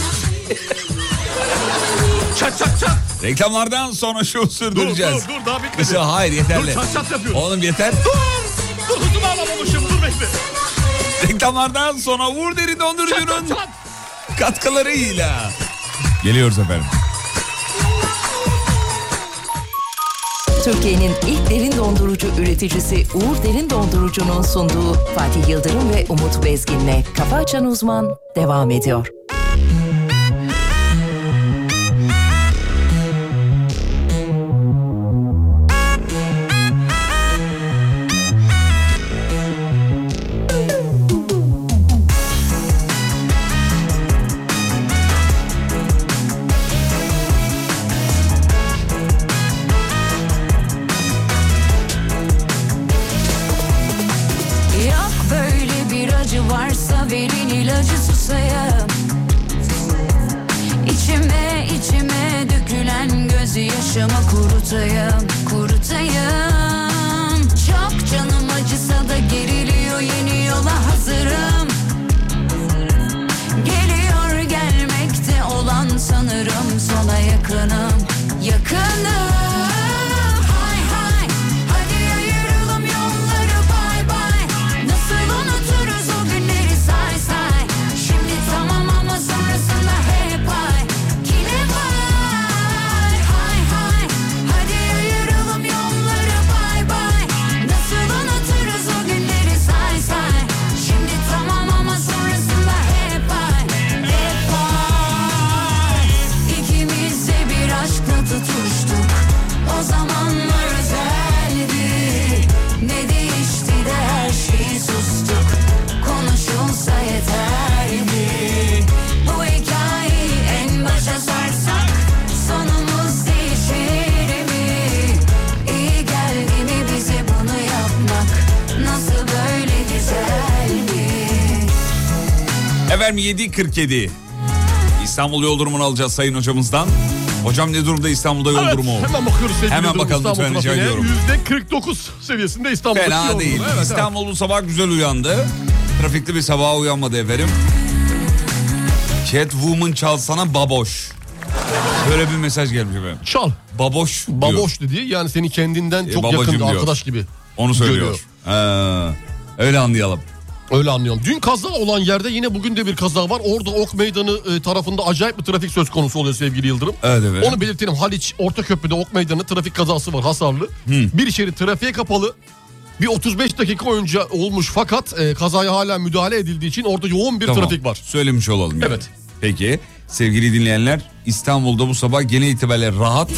Speaker 4: Çat çat çat.
Speaker 3: Reklamlardan sonra şu sürdüreceğiz.
Speaker 4: Dur daha bitmedi.
Speaker 3: Kısa, hayır yeterli.
Speaker 4: Dur çat çat yapıyorum.
Speaker 3: Oğlum yeter.
Speaker 4: Dur hızımı alamamışım, dur bekle.
Speaker 3: Reklamlardan sonra Uğur Derin Dondurucu'nun
Speaker 4: Çat çat çat.
Speaker 3: katkılarıyla geliyoruz efendim.
Speaker 1: Türkiye'nin ilk derin dondurucu üreticisi Uğur Derin Dondurucu'nun sunduğu Fatih Yıldırım ve Umut Bezgin'le Kafa Açan Uzman devam ediyor.
Speaker 5: Yok böyle bir acı varsa verin ilacı susayım. İçime içime dökülen gözyaşımı kurutayım, kurutayım. Çok canım acısa da geriliyor, yeni yola hazırım. Geliyor gelmekte olan sanırım, sona yakınım, yakınım. Hay hay, hadi ayıralım yolları, bay bay. Nasıl unuturuz o günleri, say say. Şimdi tamam ama sonrasında hep ay. Yine var, hay hay, hadi ayıralım yolları, bay bay. Nasıl unuturuz o günleri, say say. Şimdi tamam ama sonrasında hep ay, hep ay. İkimiz de bir aşkla tutuştuk, o zamanlar özeldi. Ne değişti de her şeyi sustuk, konuşulsa yeterdi. Bu hikayeyi en başa sarsak sonumuz değişir mi? İyi geldi mi bize bunu yapmak, nasıl böyle güzeldi.
Speaker 3: Efendim 7.47. İstanbul yol durumunu alacağız sayın hocamızdan. Hocam ne durumda İstanbul'da yol durumu?
Speaker 4: Hemen bakıyoruz sevgili
Speaker 3: Hemen
Speaker 4: durum.
Speaker 3: bakalım
Speaker 4: İstanbul
Speaker 3: lütfen, rica
Speaker 4: trafiğine
Speaker 3: ediyorum.
Speaker 4: %49 seviyesinde İstanbul'da.
Speaker 3: Fena değil. İstanbul bu sabah güzel uyandı. Trafikli bir sabaha uyanmadı efendim. Catwoman çalsana baboş. Böyle bir mesaj gelmiş efendim.
Speaker 4: Çal.
Speaker 3: Baboş diyor.
Speaker 4: Baboş dediği yani seni kendinden çok
Speaker 3: babacım
Speaker 4: yakın
Speaker 3: diyor.
Speaker 4: arkadaş gibi.
Speaker 3: Onu söylüyor.
Speaker 4: Görüyor.
Speaker 3: Öyle anlayalım.
Speaker 4: Öyle anlıyorum. Dün kaza olan yerde yine bugün de bir kaza var. Orada Ok Meydanı tarafında acayip bir trafik söz konusu oluyor sevgili Yıldırım.
Speaker 3: Evet, evet.
Speaker 4: Onu belirtelim. Haliç Ortaköprü'de Ok Meydanı trafik kazası var, hasarlı. Bir şerit trafiğe kapalı. Bir 35 dakika önce olmuş fakat kazaya hala müdahale edildiği için orada yoğun bir
Speaker 3: Tamam.
Speaker 4: trafik var.
Speaker 3: Söylemiş olalım. Yani.
Speaker 4: Evet.
Speaker 3: Peki sevgili dinleyenler, İstanbul'da bu sabah genel itibariyle rahat.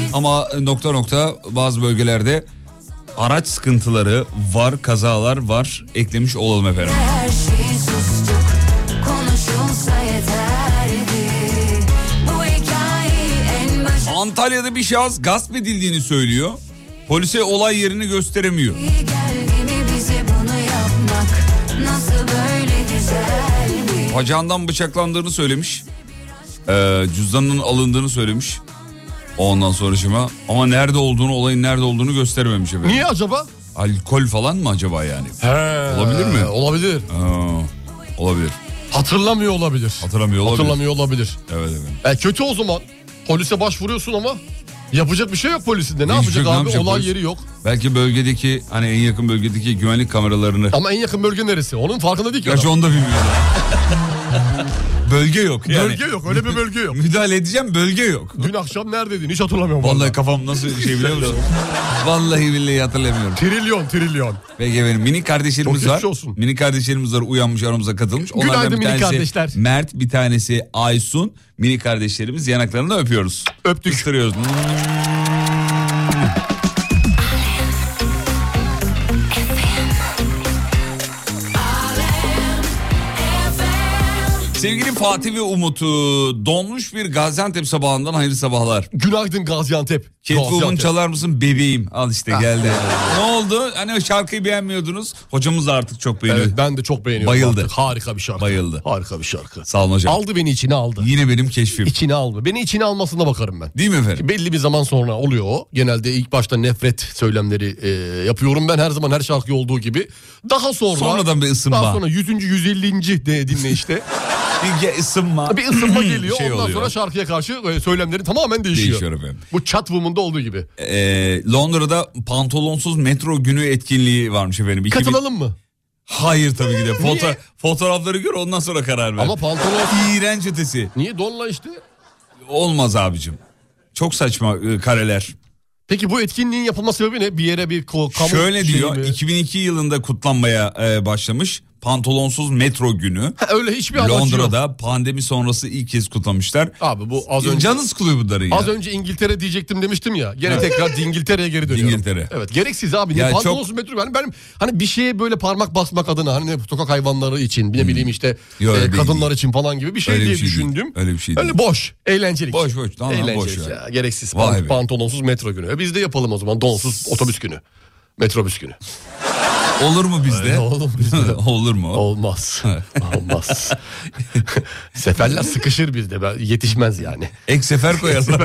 Speaker 3: Ama nokta nokta bazı bölgelerde araç sıkıntıları var, kazalar var, eklemiş olalım efendim.
Speaker 5: Her şey sustuk, konuşulsa yeterdi. Bu hikayeyi en başa
Speaker 3: Antalya'da bir şahıs gasp edildiğini söylüyor. Polise olay yerini gösteremiyor.
Speaker 5: geldi mi bize bunu yapmak? Nasıl böyle güzeldi?
Speaker 3: Bacağından bıçaklandığını söylemiş. Cüzdanının alındığını söylemiş. Ondan sonracıma ama nerede olduğunu, olayın nerede olduğunu göstermemiş efendim.
Speaker 4: Niye acaba?
Speaker 3: Alkol falan mı acaba yani? Olabilir mi?
Speaker 4: Olabilir.
Speaker 3: Olabilir.
Speaker 4: Hatırlamıyor olabilir.
Speaker 3: Hatırlamıyor olabilir.
Speaker 4: Hatırlamıyor olabilir.
Speaker 3: Evet efendim.
Speaker 4: Kötü o zaman. Polise başvuruyorsun ama yapacak bir şey yok polisinde. Ne yapacak abi? Olay yeri yok.
Speaker 3: Belki bölgedeki, hani en yakın bölgedeki güvenlik kameralarını.
Speaker 4: Ama en yakın bölge neresi? Onun farkında değil ki.
Speaker 3: Gerçi onu da bilmiyorlar. Bölge yok yani.
Speaker 4: Bölge yok, öyle bir bölge yok.
Speaker 3: Müdahale edeceğim, bölge yok.
Speaker 4: Dün akşam neredeydin hiç hatırlamıyorum.
Speaker 3: Vallahi kafam nasıl şey biliyor musun? Vallahi billahi hatırlamıyorum.
Speaker 4: Trilyon.
Speaker 3: Peki efendim, minik kardeşlerimiz
Speaker 4: Çok
Speaker 3: var.
Speaker 4: geçmiş olsun.
Speaker 3: Minik kardeşlerimiz var, uyanmış, aramıza katılmış.
Speaker 4: Günaydın
Speaker 3: Onlardan bir
Speaker 4: minik
Speaker 3: tanesi
Speaker 4: kardeşler.
Speaker 3: Mert, bir tanesi Aysun. Minik kardeşlerimiz, yanaklarını öpüyoruz.
Speaker 4: Öptük.
Speaker 3: Isırıyoruz. Sevgili Fatih ve Umut'u, donmuş bir Gaziantep sabahından hayırlı sabahlar.
Speaker 4: Günaydın Gaziantep.
Speaker 3: Catwoman çalar mısın bebeğim? Al işte geldi. Ne oldu? Hani o şarkıyı beğenmiyordunuz. Hocamız da artık çok beğeniyor.
Speaker 4: Evet, ben de çok beğeniyorum.
Speaker 3: Bayıldı.
Speaker 4: Artık. Harika bir şarkı.
Speaker 3: Bayıldı.
Speaker 4: Harika bir şarkı.
Speaker 3: Sağ olun hocam.
Speaker 4: Aldı beni içine aldı.
Speaker 3: Yine benim keşfim.
Speaker 4: İçine aldı. Beni içine almasına bakarım ben.
Speaker 3: Değil mi efendim?
Speaker 4: Belli bir zaman sonra oluyor o. Genelde ilk başta nefret söylemleri yapıyorum ben her zaman, her şarkı olduğu gibi. Daha sonra.
Speaker 3: Sonradan bir ısınma.
Speaker 4: Daha sonra 100. 150. de dinleyişte.
Speaker 3: Bir ısınma.
Speaker 4: Bir ısınma geliyor.
Speaker 3: Şey
Speaker 4: Ondan
Speaker 3: oluyor.
Speaker 4: sonra şarkıya karşı söylemleri tamamen değişiyor.
Speaker 3: Değişiyor efendim.
Speaker 4: Bu Catwoman'da olduğu gibi.
Speaker 3: Londra'da pantolonsuz metro günü etkinliği varmış efendim.
Speaker 4: Katılalım mı?
Speaker 3: Hayır tabii ki de.
Speaker 4: Niye?
Speaker 3: Fotoğrafları gör, ondan sonra karar ver.
Speaker 4: Ama pantolon...
Speaker 3: İğrenç ötesi.
Speaker 4: Niye donla işte?
Speaker 3: Olmaz abicim. Çok saçma kareler.
Speaker 4: Peki bu etkinliğin yapılma sebebi ne? Bir yere bir kamu
Speaker 3: Şöyle
Speaker 4: şeyi
Speaker 3: diyor,
Speaker 4: mi?
Speaker 3: 2002 yılında kutlanmaya başlamış. Pantolonsuz metro günü.
Speaker 4: Öyle hiçbir amacı yok.
Speaker 3: Londra'da pandemi sonrası ilk kez kutlamışlar.
Speaker 4: Abi bu az önce...
Speaker 3: Canı sıkılıyor bunların ya.
Speaker 4: Az önce İngiltere diyecektim demiştim ya. Gene tekrar İngiltere'ye geri dönüyorum.
Speaker 3: İngiltere.
Speaker 4: Evet, gereksiz abi.
Speaker 3: Ya
Speaker 4: Pantolonsuz metro. Benim hani bir şeye böyle parmak basmak adına, hani sokak hayvanları için, ne bileyim işte
Speaker 3: Yok, öyle
Speaker 4: kadınlar
Speaker 3: değil.
Speaker 4: için falan gibi bir şey
Speaker 3: Öyle bir
Speaker 4: diye
Speaker 3: şey değil.
Speaker 4: düşündüm.
Speaker 3: Öyle bir şey değil.
Speaker 4: Öyle boş, eğlencelik.
Speaker 3: Boş, tamam,
Speaker 4: Eğlencelik
Speaker 3: boş
Speaker 4: ya. Gereksiz
Speaker 3: Vay be.
Speaker 4: pantolonsuz metro günü. Biz de yapalım o zaman donsuz otobüs günü. Metrobüs günü.
Speaker 3: Olur mu bizde?
Speaker 4: Oğlum bizde.
Speaker 3: Olur mu?
Speaker 4: Olmaz. Olmaz. Seferler sıkışır bizde. Yetişmez yani.
Speaker 3: Ek sefer koyarlar.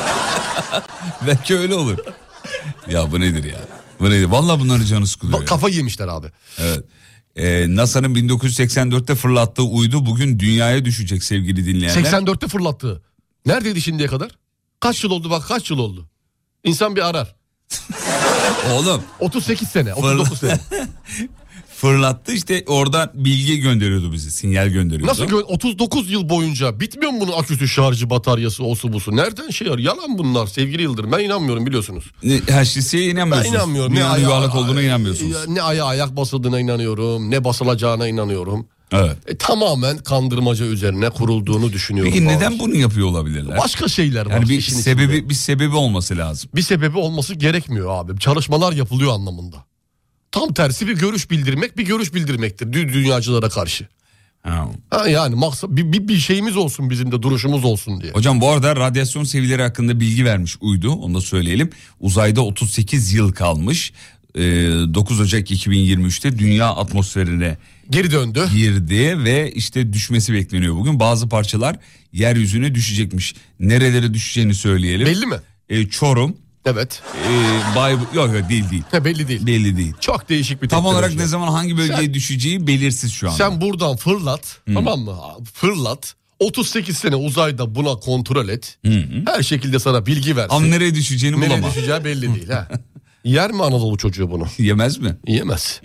Speaker 3: Belki öyle olur. Ya bu nedir ya? Bu nedir? Vallahi bunların canı sıkılıyor ya.
Speaker 4: Kafa yemişler abi.
Speaker 3: Evet. NASA'nın 1984'te fırlattığı uydu bugün dünyaya düşecek sevgili dinleyenler.
Speaker 4: 84'te fırlattı. Neredeydi şimdiye kadar? Kaç yıl oldu, bak kaç yıl oldu. İnsan bir arar.
Speaker 3: Oğlum
Speaker 4: 38 sene, 39 sene.
Speaker 3: fırlattı işte, oradan bilgi gönderiyordu bize, sinyal gönderiyordu.
Speaker 4: Nasıl 39 yıl boyunca bitmiyor mu bunun aküsü, şarjı, bataryası, osu busu? Nereden şey var? Yalan bunlar sevgili Yıldırım. Ben inanmıyorum biliyorsunuz.
Speaker 3: Her şeye inanmıyorsunuz.
Speaker 4: Ben inanmıyorum.
Speaker 3: Dünyanın yuvarlak olduğuna inanmıyorsunuz.
Speaker 4: Ne ayak basıldığına inanıyorum, ne basılacağına inanıyorum.
Speaker 3: Evet.
Speaker 4: Tamamen kandırmaca üzerine kurulduğunu düşünüyorum.
Speaker 3: Peki
Speaker 4: bazı.
Speaker 3: neden bunu yapıyor olabilirler?
Speaker 4: Başka şeyler var.
Speaker 3: Yani bir
Speaker 4: işin
Speaker 3: sebebi
Speaker 4: içinde.
Speaker 3: bir sebebi olması lazım.
Speaker 4: Bir sebebi olması gerekmiyor abi. Çalışmalar yapılıyor anlamında. Tam tersi bir görüş bildirmek, bir görüş bildirmektir dünyacılara karşı.
Speaker 3: Ha.
Speaker 4: Yani maksat bir şeyimiz olsun, bizim de duruşumuz olsun diye.
Speaker 3: Hocam bu arada radyasyon seviyeleri hakkında bilgi vermiş uydu, onu da söyleyelim. Uzayda 38 yıl kalmış. 9 Ocak 2023'te dünya atmosferine
Speaker 4: Geri döndü.
Speaker 3: girdi ve işte düşmesi bekleniyor bugün. Bazı parçalar yeryüzüne düşecekmiş. Nerelere düşeceğini söyleyelim.
Speaker 4: Belli mi?
Speaker 3: Çorum.
Speaker 4: Evet.
Speaker 3: Yok değil.
Speaker 4: Belli değil.
Speaker 3: Belli değil.
Speaker 4: Çok değişik bir
Speaker 3: Tam
Speaker 4: teknoloji.
Speaker 3: olarak ne zaman hangi bölgeye düşeceği belirsiz şu anda.
Speaker 4: Sen buradan fırlat, tamam mı? Fırlat. 38 sene uzayda buna kontrol et. Her şekilde sana bilgi versin.
Speaker 3: Ama nereye düşeceğini
Speaker 4: Nereye
Speaker 3: bulama.
Speaker 4: düşeceği belli değil ha. Yer mi Anadolu çocuğu bunu?
Speaker 3: Yemez mi?
Speaker 4: Yiyemez.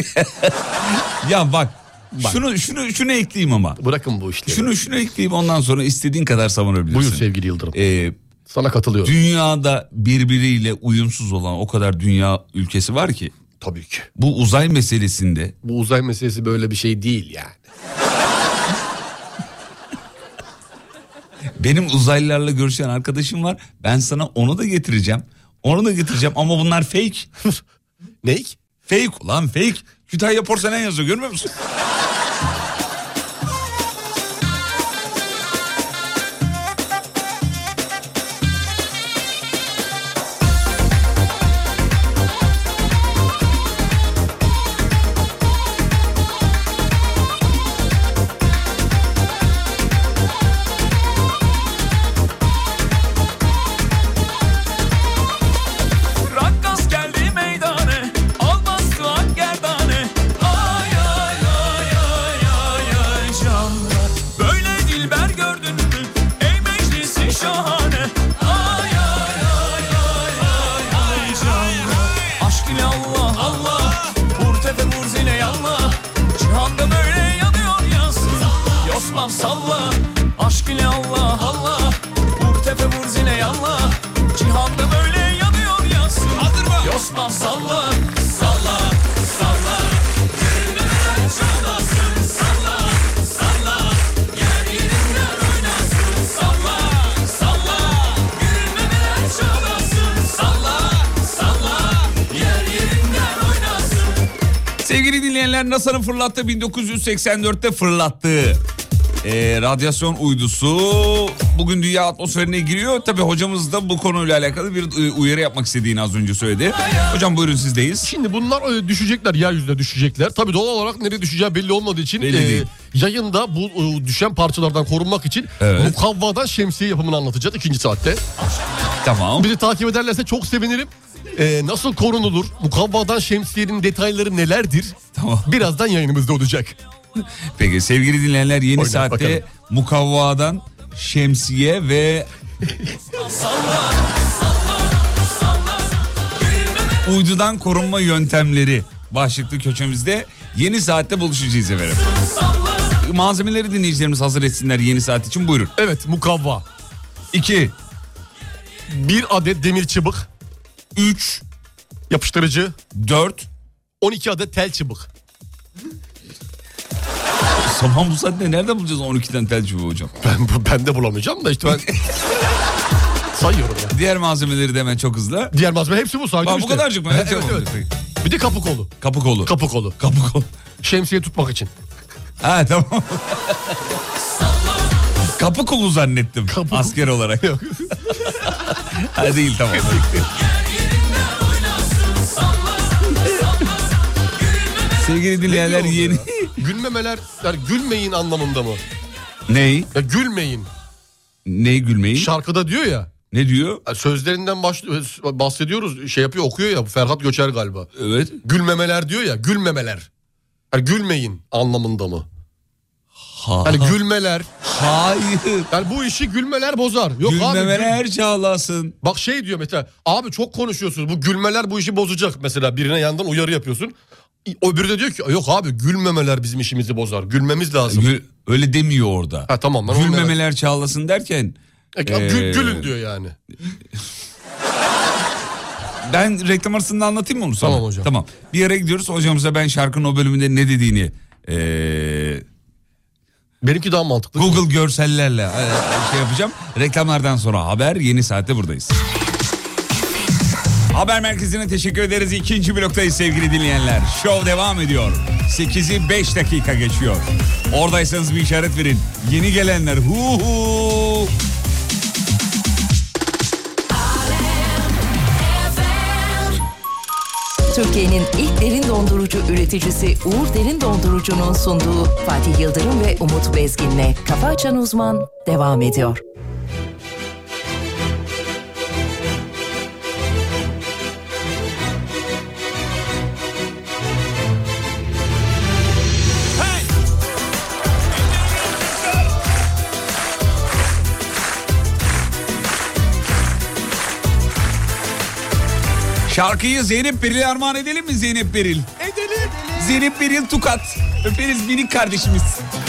Speaker 3: Ya bak. Şunu ekleyeyim ama.
Speaker 4: Bırakın bu işleri.
Speaker 3: Şunu ekleyeyim, ondan sonra istediğin kadar savunabilirsin.
Speaker 4: Buyur sevgili Yıldırım. Sana katılıyorum.
Speaker 3: Dünyada birbiriyle uyumsuz olan o kadar dünya ülkesi var ki.
Speaker 4: Tabii ki.
Speaker 3: Bu uzay meselesinde.
Speaker 4: Bu uzay meselesi böyle bir şey değil yani.
Speaker 3: Benim uzaylılarla görüşen arkadaşım var. Ben sana onu da getireceğim. Onu da getireceğim ama bunlar fake.
Speaker 4: Ney?
Speaker 3: Fake ulan fake. Kütahya porselen yazıyor, görmüyor musun?
Speaker 6: Salla aşk ile Allah Allah, vur tepe vur zile yallah, cihanda böyle yanıyor yansın. Hazır mı? Yosma salla salla salla, gülmeler çalasın salla salla, yer yerinden oynasın salla salla, gülmeler çalasın salla salla, yer yerinden oynasın.
Speaker 3: Sevgili dinleyenler, NASA'nın fırlattığı 1984'te fırlattığı radyasyon uydusu bugün dünya atmosferine giriyor. Tabii hocamız da bu konuyla alakalı bir uyarı yapmak istediğini az önce söyledi. Hocam buyurun, sizdeyiz.
Speaker 4: Şimdi bunlar düşecekler, yeryüzüne düşecekler. Tabii doğal olarak nereye düşeceği belli olmadığı için yayında bu düşen parçalardan korunmak için mukavvadan şemsiye yapımını anlatacağız 2. saatte.
Speaker 3: Tamam.
Speaker 4: Bizi takip ederlerse çok sevinirim. Nasıl korunulur? Mukavvadan şemsiyenin detayları nelerdir?
Speaker 3: Tamam.
Speaker 4: Birazdan yayınımızda olacak.
Speaker 3: Peki sevgili dinleyenler, yeni
Speaker 4: Oynat
Speaker 3: saatte
Speaker 4: bakalım.
Speaker 3: mukavvadan şemsiye ve uydudan korunma yöntemleri başlıklı köşemizde yeni saatte buluşacağız efendim. Malzemeleri dinleyicilerimiz hazır etsinler yeni saat için, buyurun.
Speaker 4: Evet, mukavva.
Speaker 3: 2.
Speaker 4: 1 adet demir çıbık. 3 yapıştırıcı.
Speaker 3: 4.
Speaker 4: 12 adet tel çıbık.
Speaker 3: Sabah bu saatte nerede bulacağız 12'den tel çubuğu hocam?
Speaker 4: Ben de bulamayacağım da işte ben sayıyorum ya.
Speaker 3: Diğer malzemeleri de hemen çok hızlı.
Speaker 4: Diğer malzeme hepsi bu, saydım işte.
Speaker 3: Bu kadarcık mı?
Speaker 4: Evet, evet. Bir de kapı kolu.
Speaker 3: Kapı kolu.
Speaker 4: Kapı kolu.
Speaker 3: Kapı kolu.
Speaker 4: Şemsiye tutmak için.
Speaker 3: Ha tamam. Kapı kolu zannettim asker olarak.
Speaker 4: Yok.
Speaker 3: Ha değil, tamam. Sevgili dinleyenler, yeni...
Speaker 4: Gülmemeler, yani gülmeyin anlamında mı?
Speaker 3: Ney?
Speaker 4: Ya gülmeyin.
Speaker 3: Ney gülmeyin?
Speaker 4: Şarkıda diyor ya.
Speaker 3: Ne diyor?
Speaker 4: Sözlerinden bahsediyoruz. Şey yapıyor, okuyor ya, Ferhat Göçer galiba.
Speaker 3: Evet.
Speaker 4: Gülmemeler diyor ya, gülmemeler. Yani gülmeyin anlamında mı? Hani gülmeler.
Speaker 3: Hayır.
Speaker 4: Yani bu işi gülmeler bozar. Yok
Speaker 3: Gülmemeler çağlasın.
Speaker 4: Bak şey diyor mesela, abi çok konuşuyorsunuz, bu gülmeler bu işi bozacak. Mesela birine yandan uyarı yapıyorsun. Öbürü de diyor ki yok abi, gülmemeler bizim işimizi bozar. Gülmemiz lazım.
Speaker 3: Öyle demiyor orada.
Speaker 4: Ha tamam.
Speaker 3: Gülmemeler çağlasın derken.
Speaker 4: Gülün diyor yani.
Speaker 3: Ben reklam arasında anlatayım mı onu sana?
Speaker 4: Tamam hocam.
Speaker 3: Tamam. Bir yere gidiyoruz, hocamıza ben şarkının o bölümünde ne dediğini
Speaker 4: benimki daha mantıklı.
Speaker 3: Google görsellerle şey yapacağım. Reklamlardan sonra haber, yeni saatte buradayız. Haber merkezine teşekkür ederiz. 2. bloktayız sevgili dinleyenler. Show devam ediyor. 8'i 5 dakika geçiyor. Oradaysanız bir işaret verin. Yeni gelenler. Hu.
Speaker 1: Türkiye'nin ilk derin dondurucu üreticisi Uğur Derin Dondurucu'nun sunduğu Fatih Yıldırım ve Umut Bezgin'le Kafa Açan Uzman devam ediyor.
Speaker 3: Şarkıyı Zeynep Beril'e armağan edelim mi Zeynep Beril? Edelim. Zeynep Beril Tukat. Öperiz minik kardeşimiz.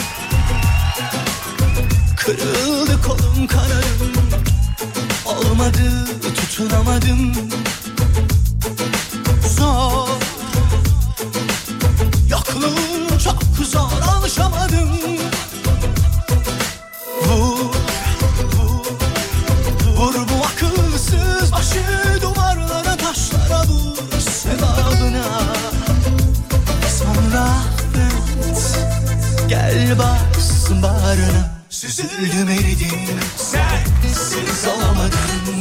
Speaker 2: Kırıldı kolum kanadım, olmadı tutunamadım. Zor, yokluğun çok zor, alışamadım. Vur Süzüldüm eridim, sensiz olamadım.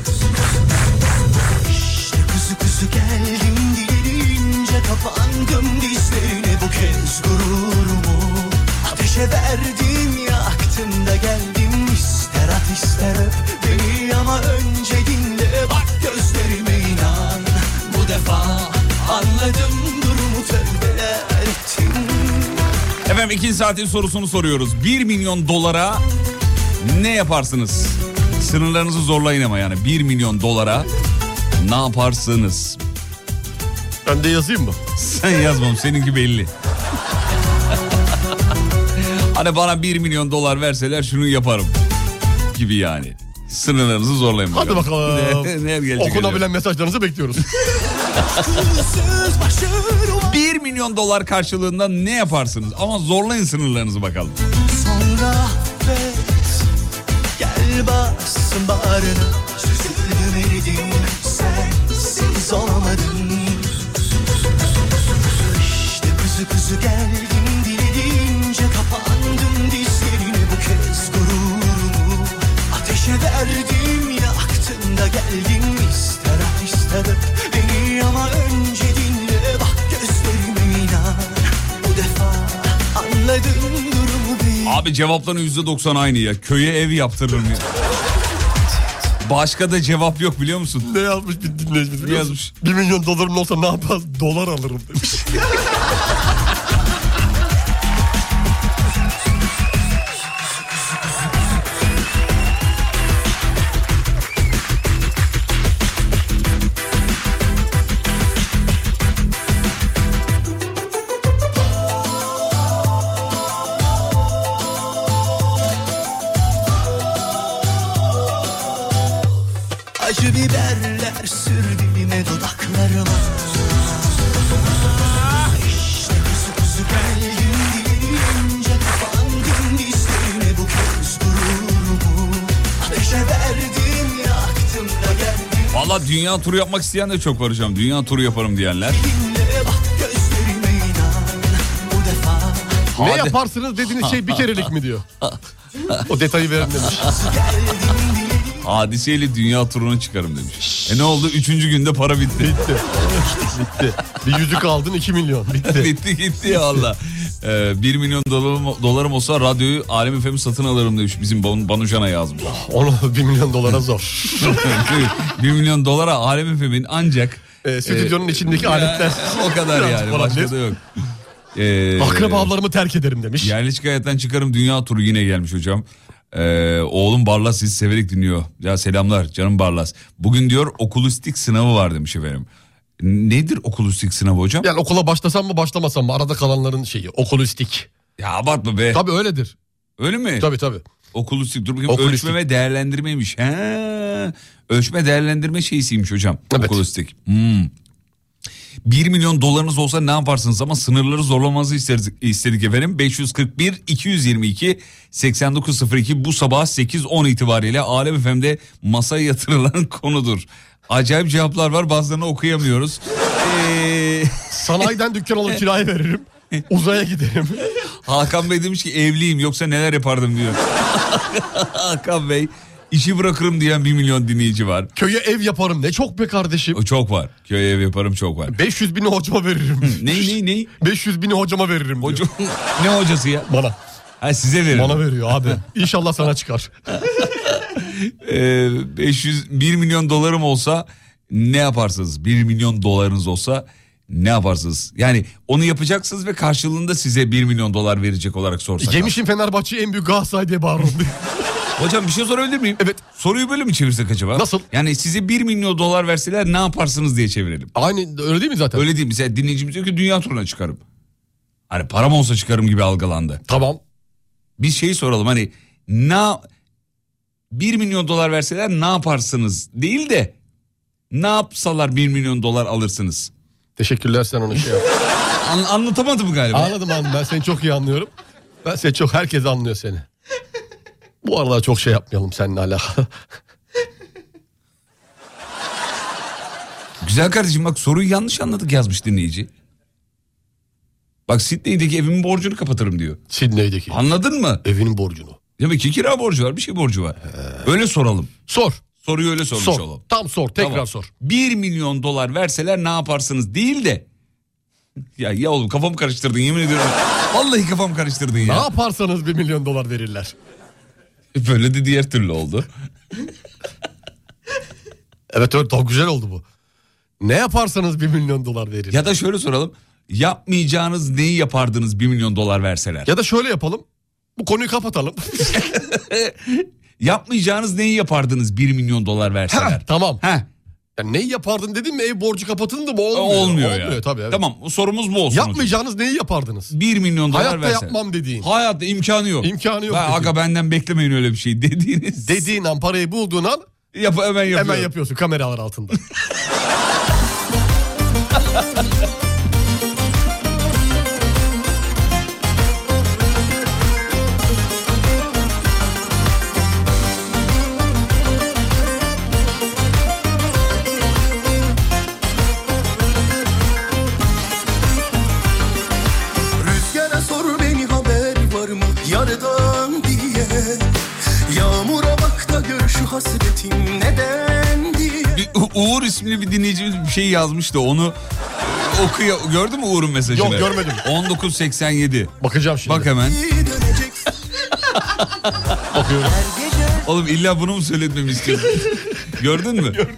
Speaker 2: İşte kuzu kuzu geldim, dilince kapandım dizlerine. Bu kez gururumu ateşe verdim, yaktım da geldim. İster at ister öp beni ama önce dinle. Bak gözlerime inan, bu defa anladım durumu, tövbeler ettim.
Speaker 3: Efendim 2 saatin sorusunu soruyoruz. 1 milyon dolara ne yaparsınız? Sınırlarınızı zorlayın ama yani 1 milyon dolara ne yaparsınız?
Speaker 4: Ben de yazayım mı?
Speaker 3: Sen yazmam, seninki belli. Hani bana 1 milyon dolar verseler şunu yaparım gibi yani. Sınırlarınızı zorlayın bakalım.
Speaker 4: Hadi bakalım.
Speaker 3: ne gelecek
Speaker 4: Okunabilen
Speaker 3: acaba?
Speaker 4: mesajlarınızı bekliyoruz.
Speaker 3: 1 milyon dolar karşılığında ne yaparsınız? Ama zorlayın sınırlarınızı bakalım.
Speaker 2: Sonra affet, gel bassın bağrına. Süzüldüm eridim, sensiz olamadım. İşte kuzu kuzu geldim, dilediğince kapandım dizlerine. Bu kez gururumu ateşe verdim, yaktım da geldim. İster at ister öp beni ama önce dinle. Bak gözlerime inan, bu defa anladım durumu bil.
Speaker 3: Abi cevapların %90 aynı ya. Köye ev yaptırırım ya. Başka da cevap yok biliyor musun?
Speaker 4: Ne yazmış bir dinleyicimiz?
Speaker 3: Ne yazmış?
Speaker 4: 1 milyon dolarım olsa ne yapar? Dolar alırım demiş.
Speaker 2: Acı biberler sür dilime, dudaklarıma. İşte kuzu kuzu geldim, dilince kapandım dizlerine. Bu kez gururumu ateşe verdim, yaktım da geldim.
Speaker 3: Valla dünya turu yapmak isteyen de çok var hocam. Dünya turu yaparım diyenler.
Speaker 2: Dinle bak gözlerime inan, bu defa.
Speaker 4: Ne yaparsınız dediğiniz şey bir kerelik mi diyor. O detayı verin demiş.
Speaker 3: Hadiseyle dünya turuna çıkarım demiş. Ne oldu? 3. günde para bitti.
Speaker 4: Bitti. Bitti. Bir yüzük aldın 2 milyon. Bitti.
Speaker 3: Bitti gitti ya valla. 1 milyon dolarım olsa radyoyu Alem FM'i satın alırım demiş. Bizim Banucan'a yazmış.
Speaker 4: Onu 1 milyon dolara zor.
Speaker 3: 1 milyon dolara Alem FM'in ancak...
Speaker 4: Stüdyonun içindeki aletler.
Speaker 3: O kadar
Speaker 4: Biraz
Speaker 3: yani.
Speaker 4: falan
Speaker 3: Başka
Speaker 4: değil.
Speaker 3: da yok.
Speaker 4: Akrabalarımı terk ederim demiş.
Speaker 3: Yerleşik hayattan çıkarım dünya turu yine gelmiş hocam. Oğlum Barlas sizi severek dinliyor. Ya selamlar canım Barlas. Bugün diyor okulistik sınavı var demiş efendim. Nedir okulistik sınavı hocam?
Speaker 4: Yani okula başlasam mı başlamasam mı arada kalanların şeyi okulistik.
Speaker 3: Ya abartma be.
Speaker 4: Tabii öyledir.
Speaker 3: Öyle mi?
Speaker 4: Tabii.
Speaker 3: Okulistik dur bakayım.
Speaker 4: Okulistik.
Speaker 3: Ölçme ve değerlendirmeymiş. Ölçme değerlendirme şeysiymiş hocam.
Speaker 4: Evet.
Speaker 3: Okulistik. 1 milyon dolarınız olsa ne yaparsınız ama sınırları zorlamanızı istedik efendim. 541 222 8902 bu sabah 8-10 itibariyle Alem FM'de masaya yatırılan konudur. Acayip cevaplar var, bazılarını okuyamıyoruz.
Speaker 4: Sanayiden dükkan alıp kiraya veririm. Uzaya giderim.
Speaker 3: Hakan Bey demiş ki evliyim yoksa neler yapardım diyor. Hakan Bey işi bırakırım diyen 1 milyon dinleyici var.
Speaker 4: Köye ev yaparım ne çok be kardeşim.
Speaker 3: O çok var. Köye ev yaparım çok var.
Speaker 4: 500 bini hocama veririm.
Speaker 3: Ney?
Speaker 4: 500 bini hocama veririm diyor.
Speaker 3: Ne hocası ya?
Speaker 4: Bana.
Speaker 3: Ha size verin.
Speaker 4: Bana veriyor abi. İnşallah sana çıkar.
Speaker 3: 1 milyon dolarım olsa ne yaparsınız? 1 milyon dolarınız olsa ne yaparsınız? Yani onu yapacaksınız ve karşılığında size 1 milyon dolar verecek olarak sorsak.
Speaker 4: Yemişim Fenerbahçe'yi en büyük Galatasaray diye bağırırım.
Speaker 3: Hocam bir şey sorabilir miyim?
Speaker 4: Evet.
Speaker 3: Soruyu böyle mi çevirsek acaba?
Speaker 4: Nasıl?
Speaker 3: Yani size 1 milyon dolar verseler ne yaparsınız diye çevirelim.
Speaker 4: Aynı öyle değil mi zaten?
Speaker 3: Öyle değil mi? Mesela dinleyicimiz diyor ki dünya turuna çıkarım. Hani param olsa çıkarım gibi algılandı.
Speaker 4: Tamam.
Speaker 3: Biz şeyi soralım hani 1 milyon dolar verseler ne yaparsınız değil de ne yapsalar 1 milyon dolar alırsınız.
Speaker 4: Teşekkürler sen onu şey yap.
Speaker 3: Anlatamadım galiba.
Speaker 4: Anladım ben seni çok iyi anlıyorum. Herkes anlıyor seni. Bu aralar çok şey yapmayalım seninle alakalı.
Speaker 3: Güzel kardeşim bak soruyu yanlış anladık yazmış dinleyici. Bak Sydney'deki evimin borcunu kapatırım diyor.
Speaker 4: Sydney'deki.
Speaker 3: Anladın mı?
Speaker 4: Evinin borcunu.
Speaker 3: Demek ki kira borcu var, bir şey borcu var. Öyle soralım.
Speaker 4: Sor.
Speaker 3: Soruyu öyle sormuş
Speaker 4: Sor.
Speaker 3: olalım.
Speaker 4: Tam sor. Tekrar
Speaker 3: Tamam.
Speaker 4: sor.
Speaker 3: 1 milyon dolar verseler ne yaparsınız değil de. Ya oğlum kafamı karıştırdın yemin ediyorum. Vallahi kafamı karıştırdın ya.
Speaker 4: Ne yaparsanız 1 milyon dolar verirler.
Speaker 3: Böyle de diğer türlü oldu.
Speaker 4: Evet çok güzel oldu bu. Ne yaparsanız 1 milyon dolar verirler.
Speaker 3: Ya da şöyle soralım. Yapmayacağınız neyi yapardınız 1 milyon dolar verseler?
Speaker 4: Ya da şöyle yapalım. Bu konuyu kapatalım.
Speaker 3: Yapmayacağınız neyi yapardınız 1 milyon dolar verseler?
Speaker 4: Tamam.
Speaker 3: Heh.
Speaker 4: Yani neyi yapardın dedim mi ev borcu kapatıldı mı olmuyor.
Speaker 3: Olmuyor ya.
Speaker 4: Tabii, evet.
Speaker 3: Tamam sorumuz bu olsun.
Speaker 4: Yapmayacağınız neyi yapardınız?
Speaker 3: 1 milyon dolar
Speaker 4: Hayatta
Speaker 3: verseler.
Speaker 4: yapmam dediğin.
Speaker 3: Hayatta imkanı yok.
Speaker 4: İmkanı yok.
Speaker 3: Aga benden beklemeyin öyle bir şey dediğiniz.
Speaker 4: Dediğin an parayı bulduğun an
Speaker 3: Hemen yapıyorum.
Speaker 4: hemen yapıyorsun kameralar altında.
Speaker 7: Rüzgara sor beni haber var mı yardan diye. Yağmura bak da gör şu hasretim neden diye.
Speaker 3: Uğur isimli bir dinleyicimiz bir şey yazmış da onu gördün mü Uğur'un mesajını?
Speaker 4: Yok, görmedim.
Speaker 3: 1987.
Speaker 4: Bakacağım şimdi.
Speaker 3: Bak hemen.
Speaker 7: Döneceksin.
Speaker 4: Bakıyorum.
Speaker 3: Oğlum illa bunu mu söyletmemi istiyorsun? Gördün mü? Gördüm.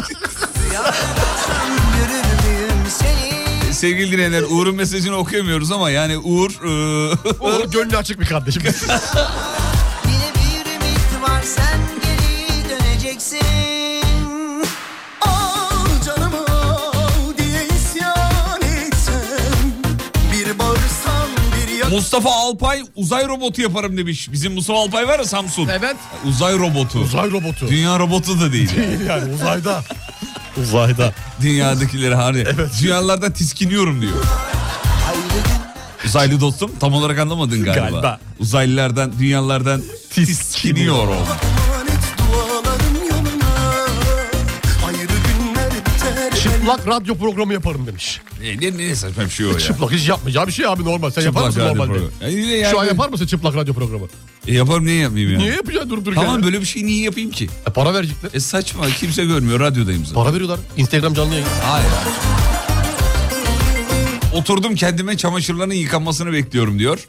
Speaker 3: Sevgili dinleyenler Uğur'un mesajını okuyamıyoruz ama yani Uğur...
Speaker 4: Uğur gönlü açık bir kardeşim.
Speaker 8: Yine bir ümit var sen geri döneceksin.
Speaker 7: Al canımı al diye isyan etsem. Bir bağırsan bir yak.
Speaker 3: Mustafa Alpay uzay robotu yaparım demiş. Bizim Mustafa Alpay var ya Samsun.
Speaker 4: Evet.
Speaker 3: Uzay robotu.
Speaker 4: Uzay robotu.
Speaker 3: Dünya robotu da değil.
Speaker 4: Değil yani uzayda. Uzayda.
Speaker 3: Dünyadakileri hani. Evet. Dünyalardan tiskiniyorum diyor. Uzaylı dostum tam olarak anlamadın galiba. Uzaylılardan, dünyalardan tiskiniyorum.
Speaker 7: Emanet dualarım yoluna. Ayrı günler biter.
Speaker 4: Çıplak radyo programı yaparım demiş.
Speaker 3: Ne saçma bir şey o ya.
Speaker 4: Çıplak hiç yapmayacağı bir şey abi normal. Sen yapar mısın
Speaker 3: radyo
Speaker 4: normalde?
Speaker 3: programı. Yani
Speaker 4: Şu an yapar mısın çıplak radyo programı?
Speaker 3: Yaparım niye yapmayayım ya?
Speaker 4: Niye yapacaksın durup dururken?
Speaker 3: Tamam böyle bir şey niye yapayım ki?
Speaker 4: Para verecekler.
Speaker 3: Saçma kimse görmüyor radyodayım zaten.
Speaker 4: Para veriyorlar. Instagram canlı yayın.
Speaker 3: Hayır. Oturdum kendime çamaşırların yıkanmasını bekliyorum diyor.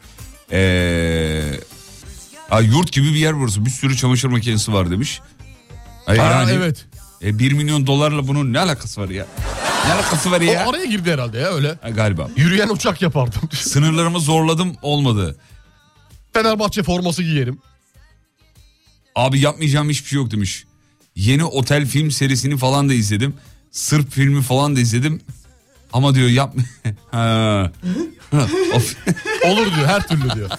Speaker 3: Yurt gibi bir yer burası. Bir sürü çamaşır makinesi var demiş. Yani,
Speaker 4: evet.
Speaker 3: 1 milyon dolarla bunun ne alakası var ya? Ne alakası var ya?
Speaker 4: O araya girdi herhalde ya öyle.
Speaker 3: Galiba.
Speaker 4: Yürüyen uçak yapardım.
Speaker 3: Sınırlarımı zorladım olmadı.
Speaker 4: Fenerbahçe forması giyerim.
Speaker 3: Abi yapmayacağım hiçbir şey yok demiş. Yeni otel film serisini falan da izledim. Sırp filmi falan da izledim. Ama diyor yapma.
Speaker 4: Olur diyor her türlü diyor.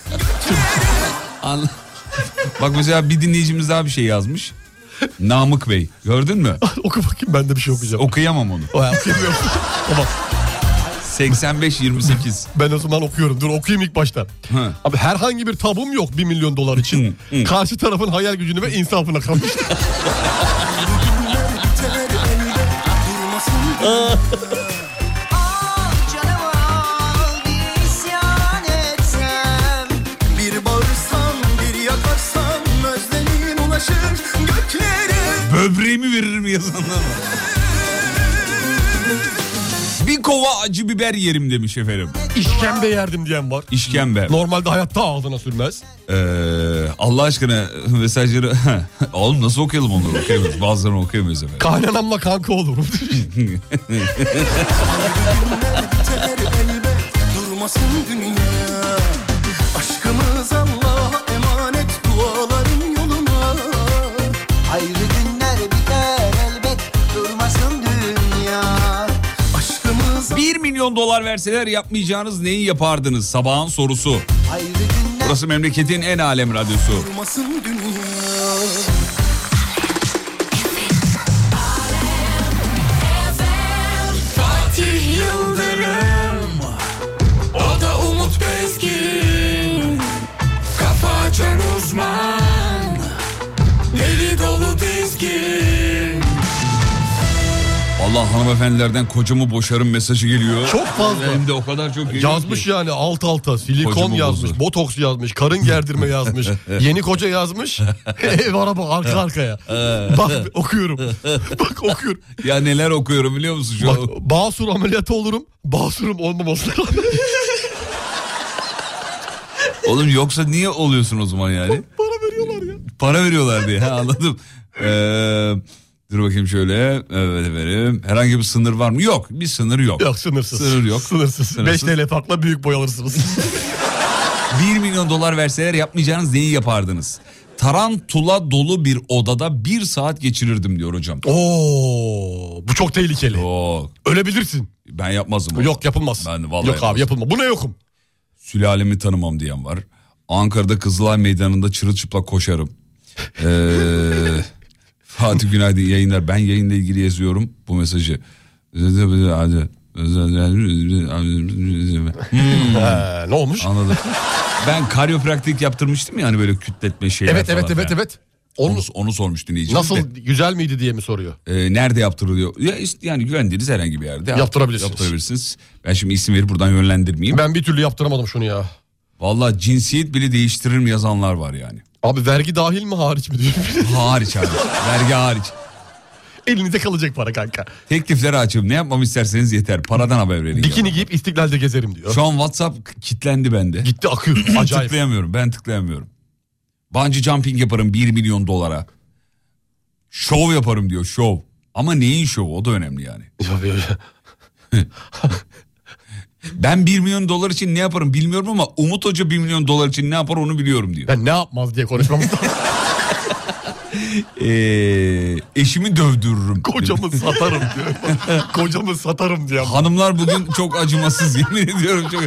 Speaker 3: Bak mesela bir dinleyicimiz daha bir şey yazmış. Namık Bey gördün mü?
Speaker 4: Oku bakayım ben de bir şey okuyacağım.
Speaker 3: Okuyamam onu.
Speaker 4: Okuyamıyorum. Tamam.
Speaker 3: 85-28.
Speaker 4: Ben o zaman okuyorum. Dur okuyayım ilk baştan.
Speaker 3: Hı.
Speaker 4: Abi herhangi bir tabum yok 1 milyon dolar için. Karşı tarafın hayal gücünü ve insafına kalmış.
Speaker 3: Böbreğimi veririm yazanlar var. Bir kova acı biber yerim demiş efendim.
Speaker 4: İşkembe yerdim diyen var.
Speaker 3: İşkembe.
Speaker 4: Normalde hayatta ağzına sürmez.
Speaker 3: Allah aşkına mesajları... Oğlum nasıl okuyalım onları? Okuyamıyoruz. Bazılarını okuyamıyoruz efendim.
Speaker 4: Kaynanamla kanka olurum.
Speaker 7: Durmasın dünya. Aşkımız Allah'a emanet duaların yoluna.
Speaker 8: Ayrı günler biter elbet durmasın dünya.
Speaker 7: Aşkımız
Speaker 3: 1 milyon dolar verseler yapmayacağınız neyi yapardınız? Sabahın sorusu.
Speaker 8: Ayrı günler
Speaker 3: Burası memleketin en alem radyosu.
Speaker 7: durmasın dünya.
Speaker 6: Fatih Yıldırım, o da Umut Bezgin. Kafa açan uzman, deli dolu dizgin.
Speaker 3: Vallahi hanımefendilerden kocamı boşarım mesajı geliyor.
Speaker 4: Çok fazla.
Speaker 3: Hem de o kadar çok geliyor
Speaker 4: Yazmış
Speaker 3: ki.
Speaker 4: yani alt alta silikon
Speaker 3: Kocamı
Speaker 4: yazmış,
Speaker 3: bozdu.
Speaker 4: botoks yazmış, karın gerdirme yazmış, yeni koca yazmış, ev araba arka arkaya. Bak okuyorum. Bak okuyorum.
Speaker 3: Ya neler okuyorum biliyor musun şu
Speaker 4: Bak
Speaker 3: an?
Speaker 4: basur ameliyatı olurum, basurum olmamasına rağmen.
Speaker 3: Oğlum yoksa niye oluyorsun o zaman yani?
Speaker 4: Para veriyorlar ya.
Speaker 3: Para veriyorlar diye. Ha, anladım. Dur bakayım şöyle. Evet efendim. Herhangi bir sınır var mı? Yok. Bir sınır yok.
Speaker 4: Yok sınırsız.
Speaker 3: Sınır yok.
Speaker 4: Sınırsız. 5 TL farkla büyük boy alırsınız.
Speaker 3: 1 milyon dolar verseler yapmayacağınız neyi yapardınız? Tarantula dolu bir odada 1 saat geçirirdim diyor hocam.
Speaker 4: Oo, bu çok tehlikeli.
Speaker 3: Oo,
Speaker 4: Ölebilirsin.
Speaker 3: ben yapmazdım. onu.
Speaker 4: Yok yapılmaz.
Speaker 3: Ben vallahi
Speaker 4: Yok abi
Speaker 3: yapmaz.
Speaker 4: yapılmaz. Buna yokum.
Speaker 3: Sülalemi tanımam diyen var. Ankara'da Kızılay Meydanı'nda çırılçıplak koşarım. Fatih günaydın yayınlar. Ben yayınla ilgili yazıyorum bu mesajı.
Speaker 4: Ne olmuş?
Speaker 3: Anladım. Ben karyopraktik yaptırmıştım ya hani böyle kütletme şeyler
Speaker 4: Evet
Speaker 3: falan.
Speaker 4: evet.
Speaker 3: Onu sormuş dinleyicimiz.
Speaker 4: Nasıl
Speaker 3: de.
Speaker 4: güzel miydi diye mi soruyor?
Speaker 3: Nerede yaptırılıyor? Ya yani güvendiğiniz herhangi bir yerde yaptırabilirsiniz. Ben şimdi isim verip buradan yönlendirmeyeyim.
Speaker 4: Ben bir türlü yaptıramadım şunu ya.
Speaker 3: Vallahi cinsiyet bile değiştirir mi yazanlar var yani.
Speaker 4: Abi vergi dahil mi hariç mi diyor.
Speaker 3: Hariç abi. Vergi hariç.
Speaker 4: Elinize kalacak para kanka.
Speaker 3: Teklifleri açayım. Ne yapmamı isterseniz yeter. Paradan haber verin.
Speaker 4: Bikini giyip İstiklal'de gezerim diyor.
Speaker 3: Şu an WhatsApp kilitlendi bende.
Speaker 4: Gitti akıyor. Acayip.
Speaker 3: tıklayamıyorum. Bungee jumping yaparım 1 milyon dolara. Şov yaparım diyor şov. Ama neyin şovu o da önemli yani. Ben 1 milyon dolar için ne yaparım bilmiyorum ama Umut Hoca 1 milyon dolar için ne yapar onu biliyorum diyor.
Speaker 4: Ben ne yapmaz diye konuşmamız lazım.
Speaker 3: Eşimi dövdürürüm.
Speaker 4: Kocamı satarım diyor. Kocamı satarım diyor.
Speaker 3: Hanımlar bugün çok acımasız yemin ediyorum. Çok...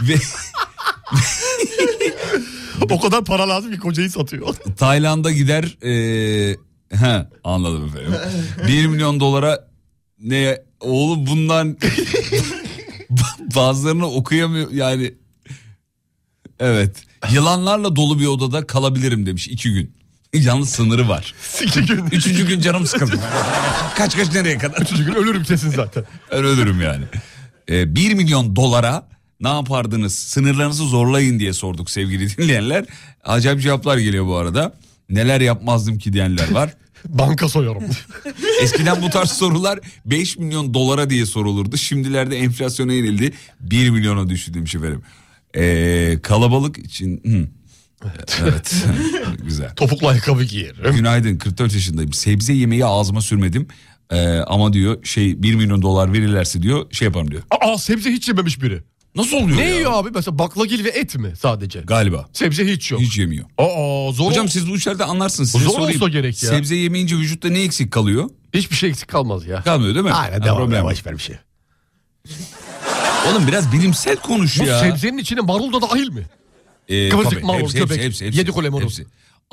Speaker 4: O kadar para lazım ki kocayı satıyor.
Speaker 3: Tayland'a gider. Anladım efendim. 1 milyon dolara ne oğlum bundan bazılarını okuyamıyor yani. Evet. Yılanlarla dolu bir odada kalabilirim demiş 2 gün. Yalnız sınırı var.
Speaker 4: 2 gün.
Speaker 3: 3. gün canım sıkıldı. Kaç nereye kadar?
Speaker 4: 3. gün ölürüm kesin zaten.
Speaker 3: Ben ölürüm yani. 1 milyon dolara ne yapardınız? Sınırlarınızı zorlayın diye sorduk sevgili dinleyenler. Acayip cevaplar geliyor bu arada. Neler yapmazdım ki diyenler var.
Speaker 4: Banka soyarım.
Speaker 3: Eskiden bu tarz sorular 5 milyon dolara diye sorulurdu. Şimdilerde enflasyona yenildi. 1 milyona düştü demiş efendim. Kalabalık için... Evet. Güzel.
Speaker 4: Topuklu ayakkabı giyerim.
Speaker 3: Günaydın 44 yaşındayım. Sebze yemeği ağzıma sürmedim. Ama diyor 1 milyon dolar verirlerse diyor yaparım diyor.
Speaker 4: Sebze hiç yememiş biri.
Speaker 3: Nasıl oluyor
Speaker 4: Ne
Speaker 3: ya?
Speaker 4: yiyor abi? Mesela baklagil ve et mi sadece?
Speaker 3: Galiba.
Speaker 4: Sebze hiç yok.
Speaker 3: Hiç yemiyor.
Speaker 4: Zor.
Speaker 3: Hocam siz bu işlerde anlarsınız. Size
Speaker 4: zor
Speaker 3: sorayım.
Speaker 4: olsa gerek ya.
Speaker 3: Sebze yemeyince vücutta ne eksik kalıyor?
Speaker 4: Hiçbir şey eksik kalmaz ya.
Speaker 3: Kalmıyor değil mi?
Speaker 4: Aynen devam. Yavaş ver bir şey.
Speaker 3: Oğlum biraz bilimsel konuş
Speaker 4: Bu
Speaker 3: ya.
Speaker 4: sebzenin içine marul da dahil mi? Kıvırcık,
Speaker 3: Tabii,
Speaker 4: marul, köpek,
Speaker 3: hepsi.
Speaker 4: 7 kule marul.
Speaker 3: Hepsi.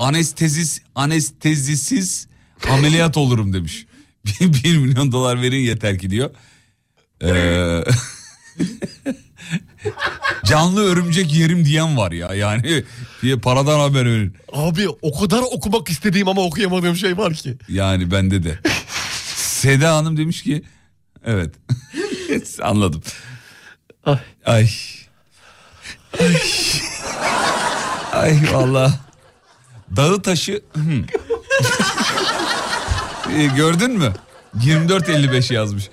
Speaker 3: Anestezisiz ameliyat olurum demiş. 1 milyon dolar verin yeter ki diyor. Canlı örümcek yerim diyen var ya. Yani paradan haber verin.
Speaker 4: Abi o kadar okumak istediğim ama okuyamadığım şey var ki.
Speaker 3: Yani bende de. Seda Hanım demiş ki evet. Anladım. Ay. Ay vallahi. Dağı taşı. Gördün mü? 24.55 yazmış.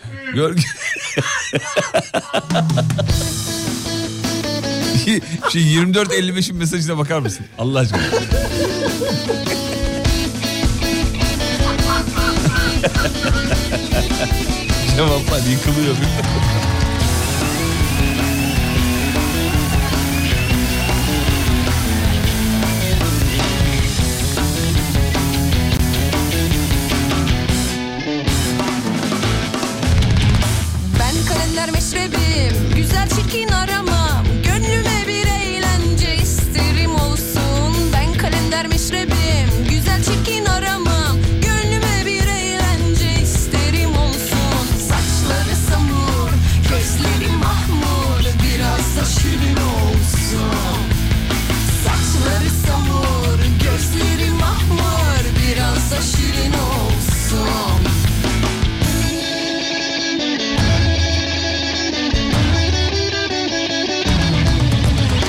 Speaker 3: Şu 24.55'in mesajına bakar mısın? Allah aşkına. Cevaplar yıkılıyor.
Speaker 5: Ben kalender meşrebim, güzel çirkin aramam. Gönlüme bir eğlence isterim olsun. Ben kalender meşrebim, güzel çirkin aramam. Gönlüme bir eğlence isterim olsun. Saçları samur,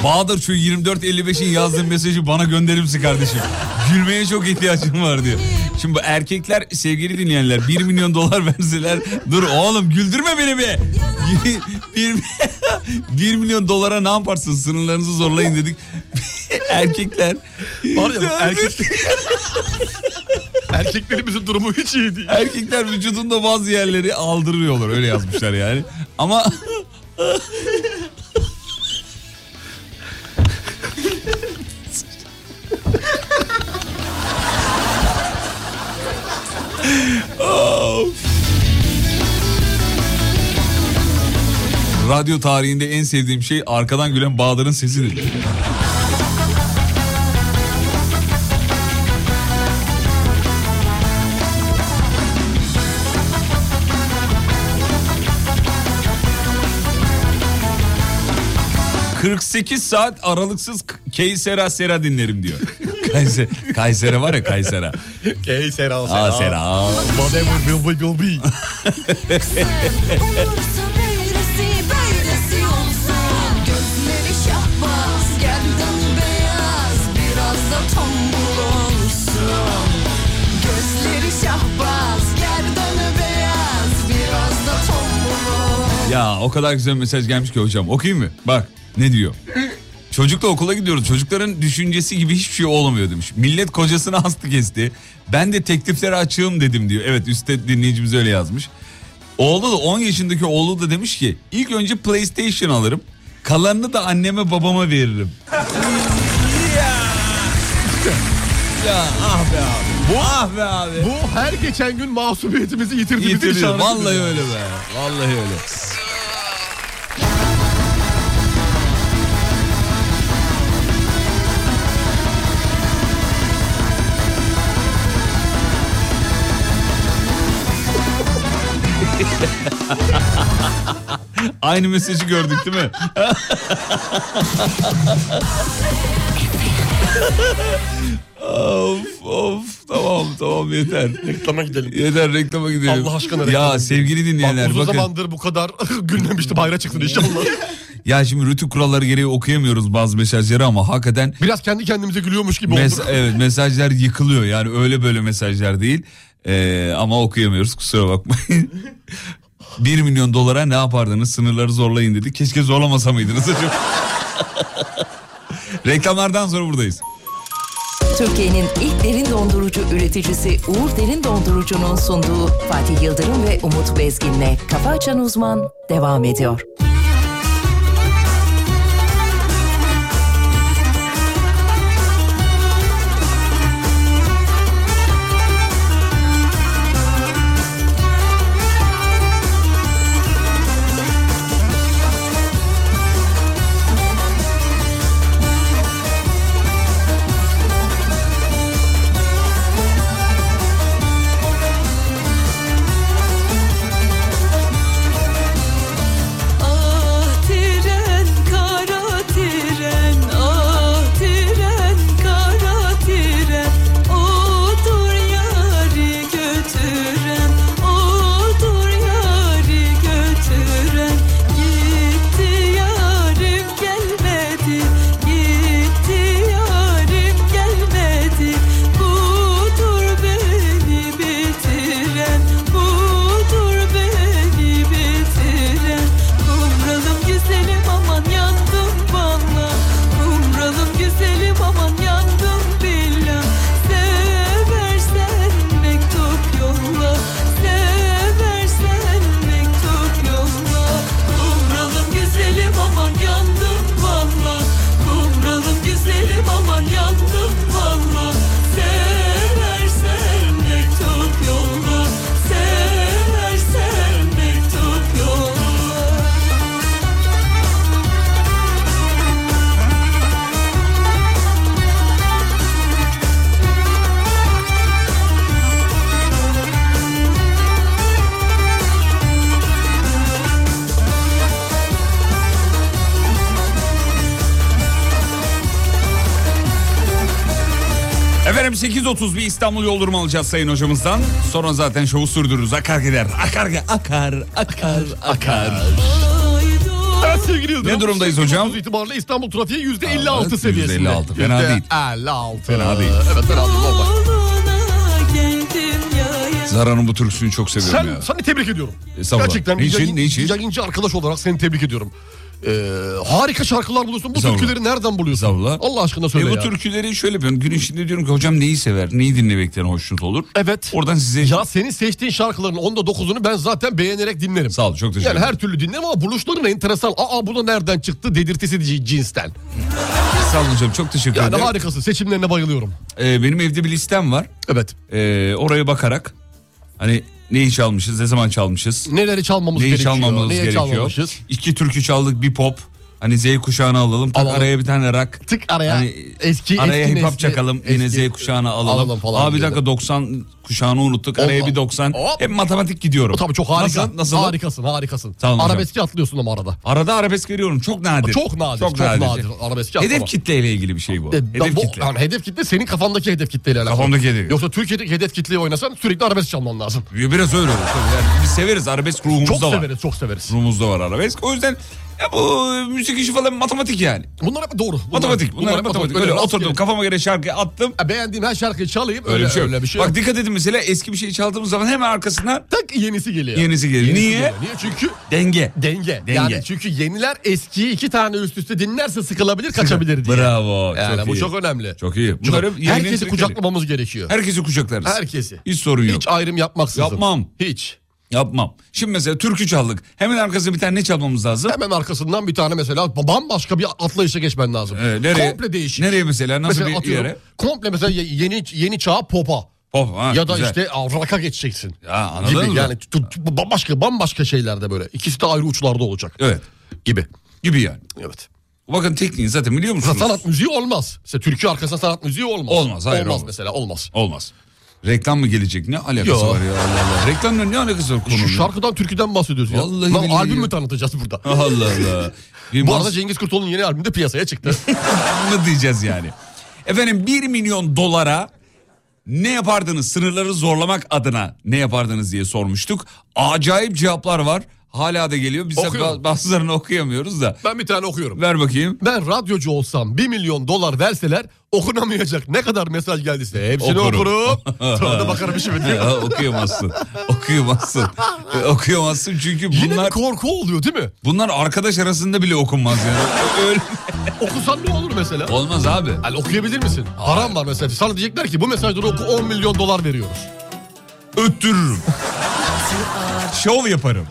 Speaker 3: Bahadır şu 24.55'in yazdığı mesajı bana gönderir misin kardeşim? Gülmeye çok ihtiyacım var diyor. Şimdi bu erkekler sevgili dinleyenler 1 milyon dolar verseler dur oğlum güldürme beni be. 1 milyon dolara ne yaparsın sınırlarınızı zorlayın dedik. Erkekler.
Speaker 4: Var ya erkeklerimizin durumu hiç iyi değil.
Speaker 3: Erkekler vücudunda bazı yerleri aldırıyorlar öyle yazmışlar yani. Ama radyo tarihinde en sevdiğim şey arkadan gülen Bahadır'ın sesidir. ...48 saat aralıksız Keysera Sera dinlerim diyor. Kaysera var ya Kaysera.
Speaker 4: Keysera
Speaker 3: Sera. Sera.
Speaker 4: Whatever will be.
Speaker 5: Olursa böylesi olsun. Gözleri şahbaz, gerdan beyaz, biraz da tombul olsun. Gözleri şahbaz, gerdanı beyaz, biraz da tombul olsun.
Speaker 3: Ya o kadar güzel mesaj gelmiş ki hocam. Okuyayım mı? Bak ne diyor? Çocukla okula gidiyoruz. Çocukların düşüncesi gibi hiçbir şey olamıyor demiş. Millet kocasını hastı kesti. Ben de tekliflere açığım dedim diyor. Evet üstte dinleyicimiz öyle yazmış. Oğlu da 10 yaşındaki oğlu da demiş ki ilk önce PlayStation alırım. Kalanını da anneme babama veririm. Ya ah be abi.
Speaker 4: Bu her geçen gün masumiyetimizi yitirdiğimizin işareti.
Speaker 3: Vallahi öyle be. Vallahi öyle. Aynı mesajı gördük değil mi? Of tamam yeter.
Speaker 4: Reklama gidelim.
Speaker 3: Yeter reklama gidelim.
Speaker 4: Allah aşkına reklama
Speaker 3: ya sevgili dinleyenler
Speaker 4: uzun
Speaker 3: bakın.
Speaker 4: zamandır bu kadar gülmemiştim, hayra çıksın inşallah.
Speaker 3: Ya şimdi rütü kuralları gereği okuyamıyoruz bazı mesajları ama hakikaten.
Speaker 4: Biraz kendi kendimize gülüyormuş gibi oldu.
Speaker 3: Evet mesajlar yıkılıyor yani öyle böyle mesajlar değil. Ama okuyamıyoruz kusura bakmayın. 1 milyon dolara ne yapardınız sınırları zorlayın dedi. Keşke zorlamasa mıydınız acaba? Reklamlardan sonra buradayız.
Speaker 1: Türkiye'nin ilk derin dondurucu üreticisi Uğur Derin Dondurucu'nun sunduğu Fatih Yıldırım ve Umut Bezgin'le Kafa Açan Uzman devam ediyor.
Speaker 3: Efendim 8.30 bir İstanbul yol durumu alacağız sayın hocamızdan. Sonra zaten şovu sürdürürüz. Akar gider. Akar.
Speaker 5: Ay
Speaker 4: Evet sevgili Yıldırım.
Speaker 3: Ne durumdayız hocam?
Speaker 4: İtibariyle İstanbul trafiği %56
Speaker 3: Evet,
Speaker 4: seviyesinde.
Speaker 3: %56, fena değil.
Speaker 4: %56.
Speaker 3: Fena değil.
Speaker 4: Evet fena değil. Normal.
Speaker 3: Zara'nın bu türküsünü çok seviyorum ya.
Speaker 4: Seni tebrik ediyorum.
Speaker 3: Estağfurullah.
Speaker 4: Gerçekten
Speaker 3: Niçin?
Speaker 4: yayıncı arkadaş olarak seni tebrik ediyorum. Harika şarkılar buluyorsun. Bu türküleri nereden buluyorsun?
Speaker 3: Estağfurullah.
Speaker 4: Allah aşkına söyle
Speaker 3: bu
Speaker 4: ya.
Speaker 3: türküleri şöyle yapıyorum. Gün içinde diyorum ki hocam neyi sever? Neyi dinlemekten hoşnut olur?
Speaker 4: Evet.
Speaker 3: Oradan size...
Speaker 4: Ya senin seçtiğin şarkıların 10'da 9'unu ben zaten beğenerek dinlerim.
Speaker 3: Sağ ol, çok teşekkür ederim.
Speaker 4: Yani her türlü dinlerim ama buluşların enteresan. Bu da nereden çıktı dedirtisi cinsten.
Speaker 3: Sağ olun hocam, çok teşekkür ederim.
Speaker 4: Yani harikasın, seçimlerine bayılıyorum.
Speaker 3: Benim evde bir listem var.
Speaker 4: Evet.
Speaker 3: Oraya bakarak hani neyi çalmışız, ne zaman çalmışız.
Speaker 4: Neleri çalmamız gerekiyor.
Speaker 3: Neye çalmamışız. 2 türkü çaldık, bir pop. Hani Z kuşağını alalım. Araya bir tane rock.
Speaker 4: Tık araya.
Speaker 3: Hani
Speaker 4: eski
Speaker 3: hip hop çakalım. Yine Z kuşağını alalım.
Speaker 4: Falan
Speaker 3: bir dakika 90 kuşağını unuttuk. Araya bir 90. Hep matematik gidiyorum.
Speaker 4: Tabii çok harika.
Speaker 3: Nasıl?
Speaker 4: Harikasın.
Speaker 3: Tamam,
Speaker 4: arabeski atlıyorsun ama arada.
Speaker 3: Arada arabesk veriyorum. Çok nadir.
Speaker 4: Çok nadir. Arabeski atlama.
Speaker 3: Hedef kitleyle ilgili bir şey bu.
Speaker 4: Hedef kitle. Yani hedef kitle senin kafandaki hedef kitleyle alakalı.
Speaker 3: Kafamdaki hedef.
Speaker 4: Yoksa Türkiye'deki hedef kitleyi oynasan sürekli arabesk çalman lazım.
Speaker 3: Biraz öyle olur. Yani biz severiz, arabesk ruhumuzda var.
Speaker 4: Çok severiz.
Speaker 3: Ruhumuzda var arabesk. O yüzden bu müzik işi falan matematik yani.
Speaker 4: Bunlar hep doğru.
Speaker 3: Bunlar matematik. Öyle oturdum, kafama göre şarkıyı attım.
Speaker 4: Beğendiğim her şarkıyı çalayım.
Speaker 3: Öyle bir şey. Bak
Speaker 4: yok.
Speaker 3: dikkat edin, mesela eski bir şey çaldığımız zaman hemen arkasından
Speaker 4: tak yenisi geliyor.
Speaker 3: Niye?
Speaker 4: Niye? Çünkü
Speaker 3: denge.
Speaker 4: Yani çünkü yeniler eskiyi 2 tane üst üste dinlerse sıkılabilir, kaçabilir diye.
Speaker 3: Bravo.
Speaker 4: Yani bu çok önemli.
Speaker 3: Çok iyi.
Speaker 4: Herkesi kucaklamamız gerekiyor.
Speaker 3: Herkesi kucaklarız.
Speaker 4: Herkesi.
Speaker 3: Hiç sorun yok.
Speaker 4: Hiç ayrım yapmaksızın.
Speaker 3: Yapmam.
Speaker 4: Hiç.
Speaker 3: Yapmam. Şimdi mesela türkü çaldık. Hemen arkasına bir tane ne çalmamız lazım?
Speaker 4: Hemen arkasından bir tane mesela bambaşka bir atlayışa geçmen lazım.
Speaker 3: Nereye?
Speaker 4: Komple değişik.
Speaker 3: Nereye mesela? Nasıl
Speaker 4: mesela
Speaker 3: bir yere?
Speaker 4: Komple mesela yeni çağ popa. Ya da
Speaker 3: güzel.
Speaker 4: işte rock'a geçeceksin.
Speaker 3: Ya anladın mı?
Speaker 4: Yani bambaşka şeylerde böyle. İkisi de ayrı uçlarda olacak.
Speaker 3: Evet.
Speaker 4: Gibi
Speaker 3: yani.
Speaker 4: Evet.
Speaker 3: Bakın tekniğini zaten biliyor musunuz?
Speaker 4: Sanat müziği olmaz. Mesela türkü arkasında sanat müziği olmaz.
Speaker 3: Olmaz
Speaker 4: mesela olmaz.
Speaker 3: Reklam mı gelecek? Ne alakası var ya, Allah. Reklamla ne alakası var konunun?
Speaker 4: Şu şarkıdan, türküden bahsediyoruz ya.
Speaker 3: Vallahi billahi
Speaker 4: albüm
Speaker 3: ya.
Speaker 4: mü tanıtacağız burada?
Speaker 3: Allah.
Speaker 4: Bu arada Cengiz Kurtoğlu'nun yeni albümü de piyasaya çıktı.
Speaker 3: Ne diyeceğiz yani? Efendim 1 milyon dolara ne yapardınız? Sınırları zorlamak adına ne yapardınız diye sormuştuk. Acayip cevaplar var. Hala da geliyor. Biz de bazılarını okuyamıyoruz da.
Speaker 4: Ben bir tane okuyorum.
Speaker 3: Ver bakayım.
Speaker 4: Ben radyocu olsam 1 milyon dolar verseler okunamayacak ne kadar mesaj geldiyse hepsini okurum. Sonra da bakarım işime diye.
Speaker 3: Okuyamazsın çünkü bunlar...
Speaker 4: Yine bir korku oluyor değil mi?
Speaker 3: Bunlar arkadaş arasında bile okunmaz yani. Öyle.
Speaker 4: Okusan ne olur mesela?
Speaker 3: Olmaz abi.
Speaker 4: Yani okuyabilir misin? Param var mesela. Sana diyecekler ki bu mesajları oku, 10 milyon dolar veriyoruz.
Speaker 3: Öttürürüm. Şov yaparım.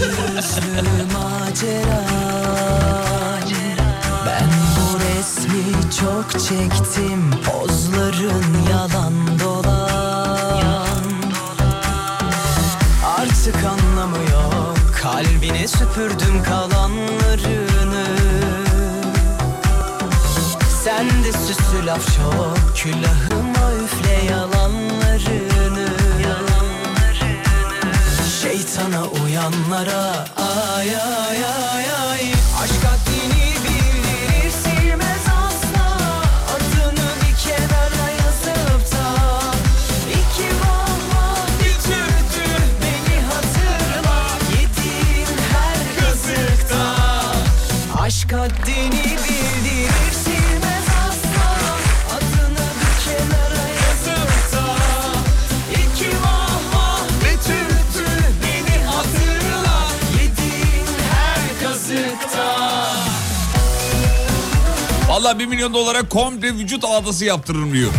Speaker 9: Ben bu resmi çok çektim. Pozların yalan dolan. Artık anlamı yok. Kalbine süpürdüm kalanlarını. Sende süslü laf çok. Külahıma üfle yalanlarını. Şeytana uyanlara ay ay ay ay. Aşk haddini bildirir silmez asla. Adını bir kenara yazıp da İki vah bir türkü beni hatırla. Yediğin her kazıkta. Aşk haddini bildirir silmez asla. Adını bir kenara yazıp da İki vah bir türkü beni hatırla. Yediğin her kazıkta.
Speaker 3: Vallahi 1 milyon dolara komple vücut ağdası yaptırırım diyor.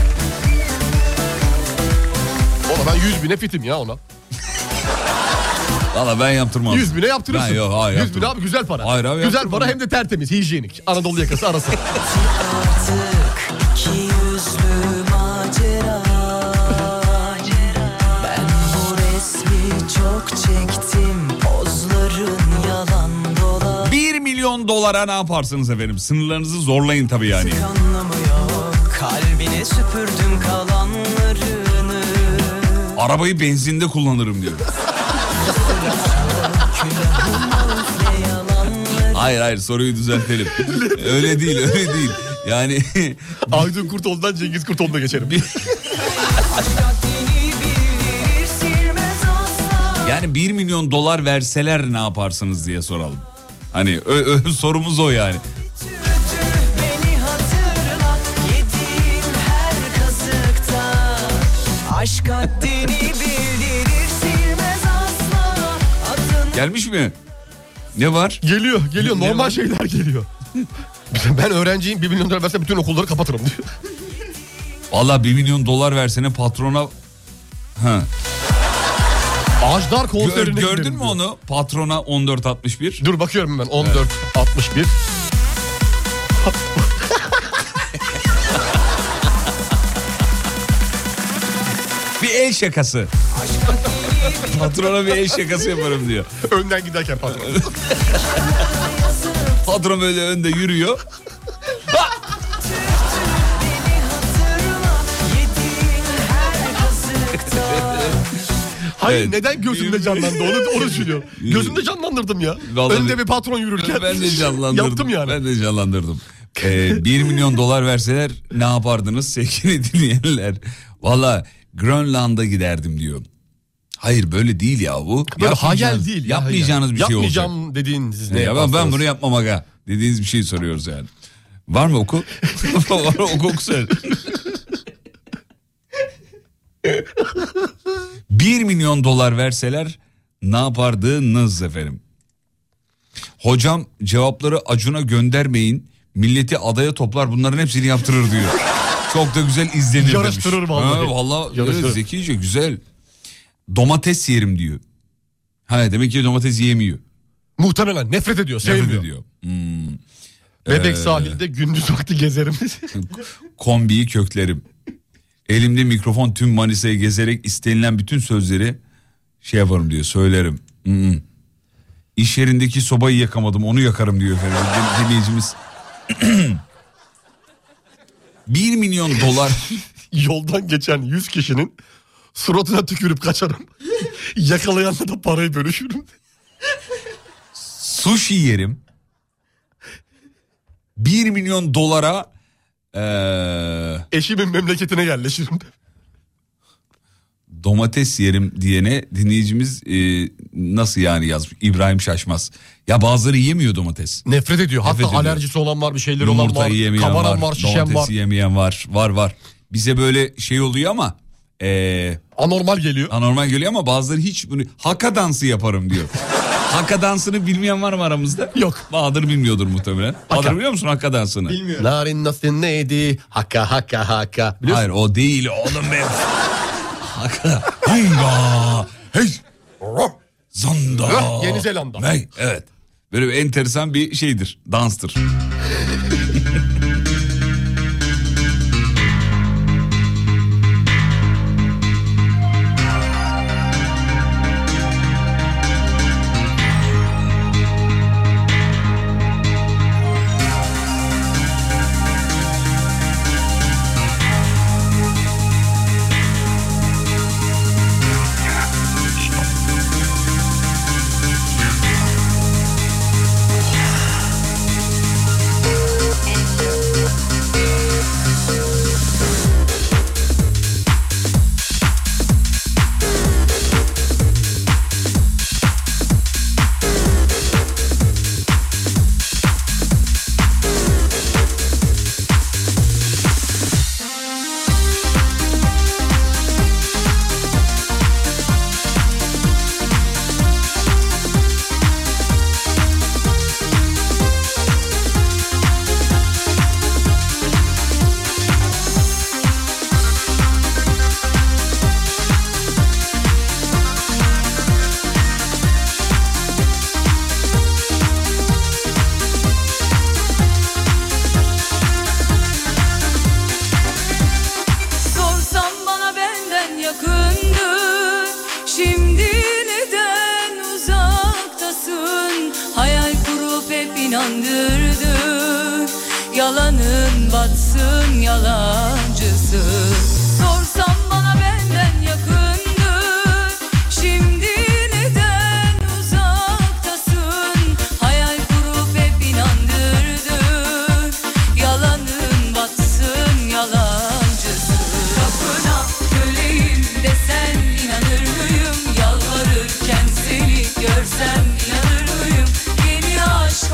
Speaker 4: Valla ben 100.000'e fitim ya ona.
Speaker 3: Valla ben yaptırmam.
Speaker 4: 100.000'e yaptırırsın.
Speaker 3: Ben yok, hayır,
Speaker 4: 100.000 abi güzel para.
Speaker 3: Hayır abi,
Speaker 4: güzel
Speaker 3: yaptırmam.
Speaker 4: para hem de tertemiz, hijyenik. Anadolu yakası arası.
Speaker 9: Artık iki yüzlü macera. Ben bu resmi çok çektim. Pozların yalan dolan.
Speaker 3: 1 milyon dolara ne yaparsınız efendim? Sınırlarınızı zorlayın tabii yani.
Speaker 9: Anlamı yok. Kalbine süpürdüm kalanlarını.
Speaker 3: Arabayı benzinde kullanırım diyor. Hayır soruyu düzeltelim. öyle değil. Yani
Speaker 4: Aydın Kurtoğlu'dan Cengiz Kurtoğlu'na geçerim.
Speaker 3: yani 1 milyon dolar verseler ne yaparsınız diye soralım. Hani sorumuz o yani.
Speaker 9: Beni hatırlat yediğim her kazıkta. Aşk haddini bildirir silmez asla. Adın
Speaker 3: Gelmiş mi? Ne var?
Speaker 4: Geliyor
Speaker 3: Ne
Speaker 4: normal
Speaker 3: var?
Speaker 4: şeyler geliyor. Ben öğrenciyim, 1 milyon dolar verse bütün okulları kapatırım diyor.
Speaker 3: Valla 1 milyon dolar versene patrona... Ha.
Speaker 4: Ajdar konserine
Speaker 3: Gördün
Speaker 4: gidelim
Speaker 3: mü
Speaker 4: diyor.
Speaker 3: onu? Patrona 14.61.
Speaker 4: Dur bakıyorum ben 14.61.
Speaker 3: Bir el şakası. Patrona bir el şakası yaparım diyor.
Speaker 4: Önden giderken patron.
Speaker 3: Patron böyle önde yürüyor.
Speaker 4: Hayır
Speaker 3: Evet.
Speaker 4: neden gözümde canlandı onu düşünüyorum. Gözümde canlandırdım ya.
Speaker 3: Vallahi
Speaker 4: Önde bir patron yürürken.
Speaker 3: Ben de canlandırdım.
Speaker 4: Yaptım yani.
Speaker 3: Ben de canlandırdım. 1 milyon dolar verseler ne yapardınız sevgili dinleyenler? Valla Grönland'a giderdim diyor. Hayır böyle değil ya bu.
Speaker 4: Böyle hayal değil. ya,
Speaker 3: Yapmayacağınız bir şey olacak.
Speaker 4: Yapmayacağım dediğiniz ne
Speaker 3: Ya ben
Speaker 4: yaparsanız.
Speaker 3: bunu yapmam aga dediğiniz bir şey soruyoruz yani. Var mı oku? Var oku söyle. 1 milyon dolar verseler ne yapardınız efendim? Hocam cevapları Acun'a göndermeyin. Milleti adaya toplar bunların hepsini yaptırır diyor. Çok da güzel izlenir
Speaker 4: Yarıştırır
Speaker 3: demiş.
Speaker 4: vallahi.
Speaker 3: Ha, vallahi
Speaker 4: Yarıştırır.
Speaker 3: evet, zekice güzel. Domates yerim diyor. Ha demek ki domates yiyemiyor.
Speaker 4: Muhtemelen nefret ediyor,
Speaker 3: Nefret
Speaker 4: sevmiyor.
Speaker 3: ediyor.
Speaker 4: Bebek sahilde gündüz vakti gezerim.
Speaker 3: Kombiyi köklerim. Elimde mikrofon tüm Manisa'yı gezerek istenilen bütün sözleri şey yaparım diyor, söylerim. İş yerindeki sobayı yakamadım, onu yakarım diyor efendim. Dinleyicimiz. 1 milyon dolar.
Speaker 4: Yoldan geçen 100 kişinin suratına tükürüp kaçarım. Yakalayanla da parayı bölüşürüm.
Speaker 3: Sushi yerim. 1 milyon dolara
Speaker 4: Eşimin memleketine yerleşirim.
Speaker 3: domates yerim diyene dinleyicimiz nasıl yani yazmış? İbrahim Şaşmaz. Ya bazıları yiyemiyor domates.
Speaker 4: Nefret ediyor. Hatta
Speaker 3: Nefret ediyor.
Speaker 4: alerjisi olan var, bir şeyleri olan
Speaker 3: Yumurta
Speaker 4: var.
Speaker 3: yiyemeyen
Speaker 4: Kabaran var, şişen
Speaker 3: domates
Speaker 4: var.
Speaker 3: yiyemeyen var. Var. Bize böyle şey oluyor ama
Speaker 4: Anormal geliyor.
Speaker 3: anormal geliyor ama bazıları hiç bunu haka dansı yaparım diyor. Haka dansını bilmeyen var mı aramızda?
Speaker 4: Yok.
Speaker 3: Bahadır bilmiyordur muhtemelen. Bahadır biliyor musun haka dansını?
Speaker 4: Bilmiyorum. Narin nasıl neydi? Haka. Biliyorsun?
Speaker 3: Hayır o değil oğlum benim. Haka. Hanga. Hey. Zanda.
Speaker 4: Yeni Zelanda.
Speaker 3: Hey. Evet. Böyle bir enteresan bir şeydir. Danstır.
Speaker 5: Sorsan bana benden yakındın, şimdi neden uzaktasın? Hayal kurup hep inandırdın, yalanın batsın yalancısın. Sorsan bana benden yakındın, şimdi neden uzaktasın? Hayal kurup hep inandırdın, yalanın batsın yalancısın. Kapına köleyim desen inanır mıyım? Yalvarırken seni görsem inanır mıyım? Yeni aşk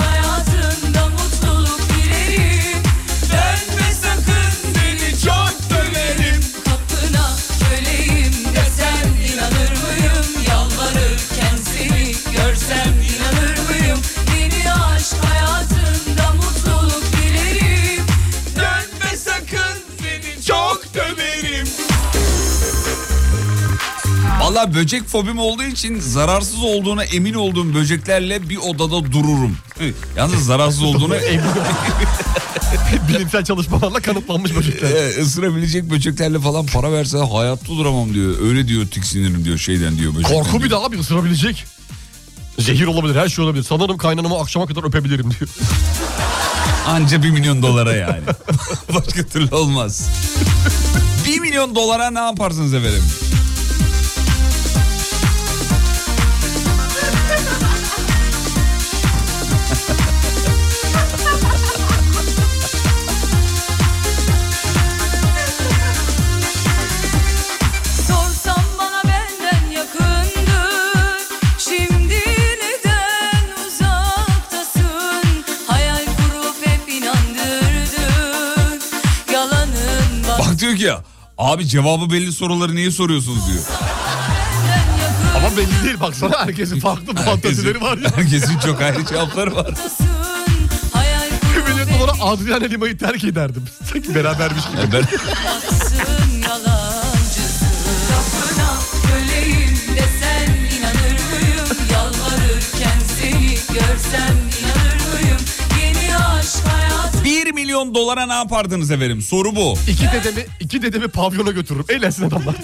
Speaker 3: Valla böcek fobim olduğu için zararsız olduğuna emin olduğum böceklerle bir odada dururum. Yalnız zararsız olduğunu
Speaker 4: Bilimsel çalışmalarla kanıtlanmış böcekler.
Speaker 3: Isırabilecek böceklerle falan para verse hayatta duramam diyor. Öyle diyor, tiksinirim diyor, şeyden diyor.
Speaker 4: Korku
Speaker 3: diyor.
Speaker 4: bir daha bir ısırabilecek. Zehir olabilir, her şey olabilir. Sanırım kaynanamı akşama kadar öpebilirim diyor.
Speaker 3: Anca $1 milyon yani. Başka türlü olmaz. $1 milyon ne yaparsınız efendim?
Speaker 5: Sorsam bana benden yakındır. Şimdi neden uzaktasın? Hayal kurup hep inandırdın. Yalanın
Speaker 3: Bak diyor ki ya, abi cevabı belli soruları niye soruyorsunuz diyor.
Speaker 4: Ama belli değil, baksana herkesin farklı fantazileri var ya.
Speaker 3: Herkesin çok ayrı cevapları var.
Speaker 4: $1 milyon dolara Adriana Lima'yı terk ederdim. Sanki berabermiş gibi.
Speaker 5: baksın yalancısın. Lafına köleyim desen inanır mıyım? Yalvarırken seni görsem inanır mıyım? Yeni aşk hayatım.
Speaker 3: $1 milyon ne yapardınız efendim? Soru bu.
Speaker 4: İki dedemi pavyona götürürüm. Eğlensin adamlar.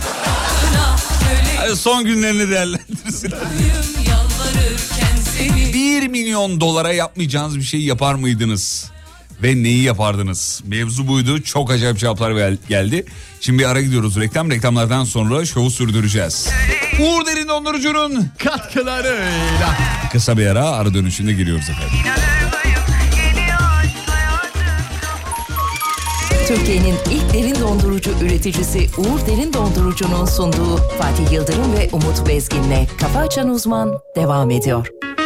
Speaker 3: Hadi son günlerini değerlendirsin. $1 milyon yapmayacağınız bir şey yapar mıydınız? Ve neyi yapardınız? Mevzu buydu. Çok acayip cevaplar geldi. Şimdi bir ara gidiyoruz reklam. Reklamlardan sonra şovu sürdüreceğiz. Uğur Derin Dondurucu'nun
Speaker 4: katkılarıyla.
Speaker 3: Kısa bir ara dönüşünde geliyoruz efendim.
Speaker 1: Türkiye'nin ilk derin dondurucu üreticisi Uğur Derin Dondurucu'nun sunduğu Fatih Yıldırım ve Umut Bezgin'le Kafa Açan Uzman devam ediyor.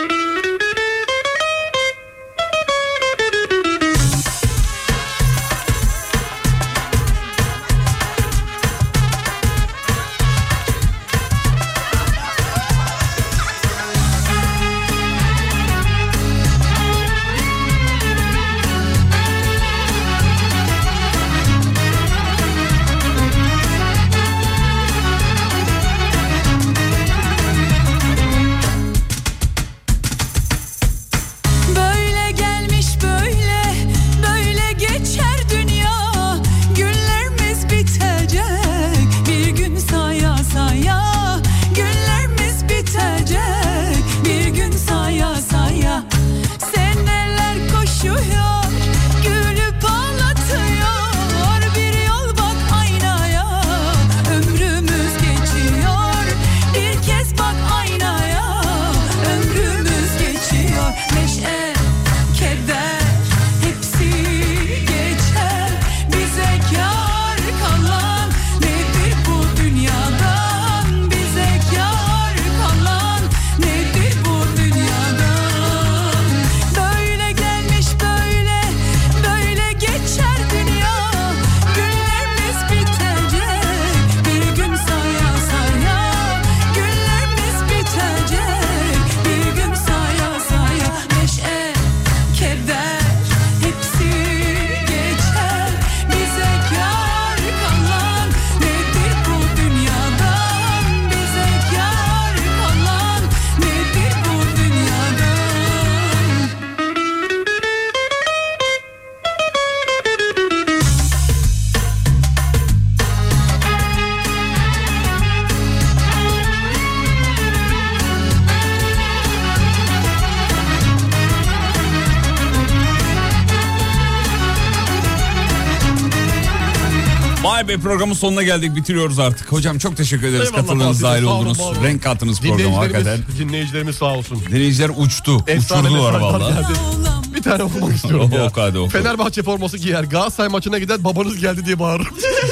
Speaker 3: Vay be, programın sonuna geldik, bitiriyoruz artık. Hocam çok teşekkür ederiz. Katıldığınız, dahil oldunuz. Renk kattınız programa hakikaten.
Speaker 4: Dinleyicilerimiz sağ olsun.
Speaker 3: Dinleyiciler uçtu. Uçurdular valla.
Speaker 4: Bir tane okumak istiyorum ya.
Speaker 3: Oku hadi oku.
Speaker 4: Fenerbahçe forması giyer, Galatasaray maçına gider, babanız geldi diye bağırır.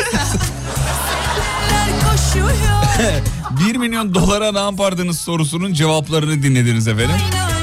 Speaker 5: $1
Speaker 3: milyon ne yapardınız sorusunun cevaplarını dinlediniz efendim.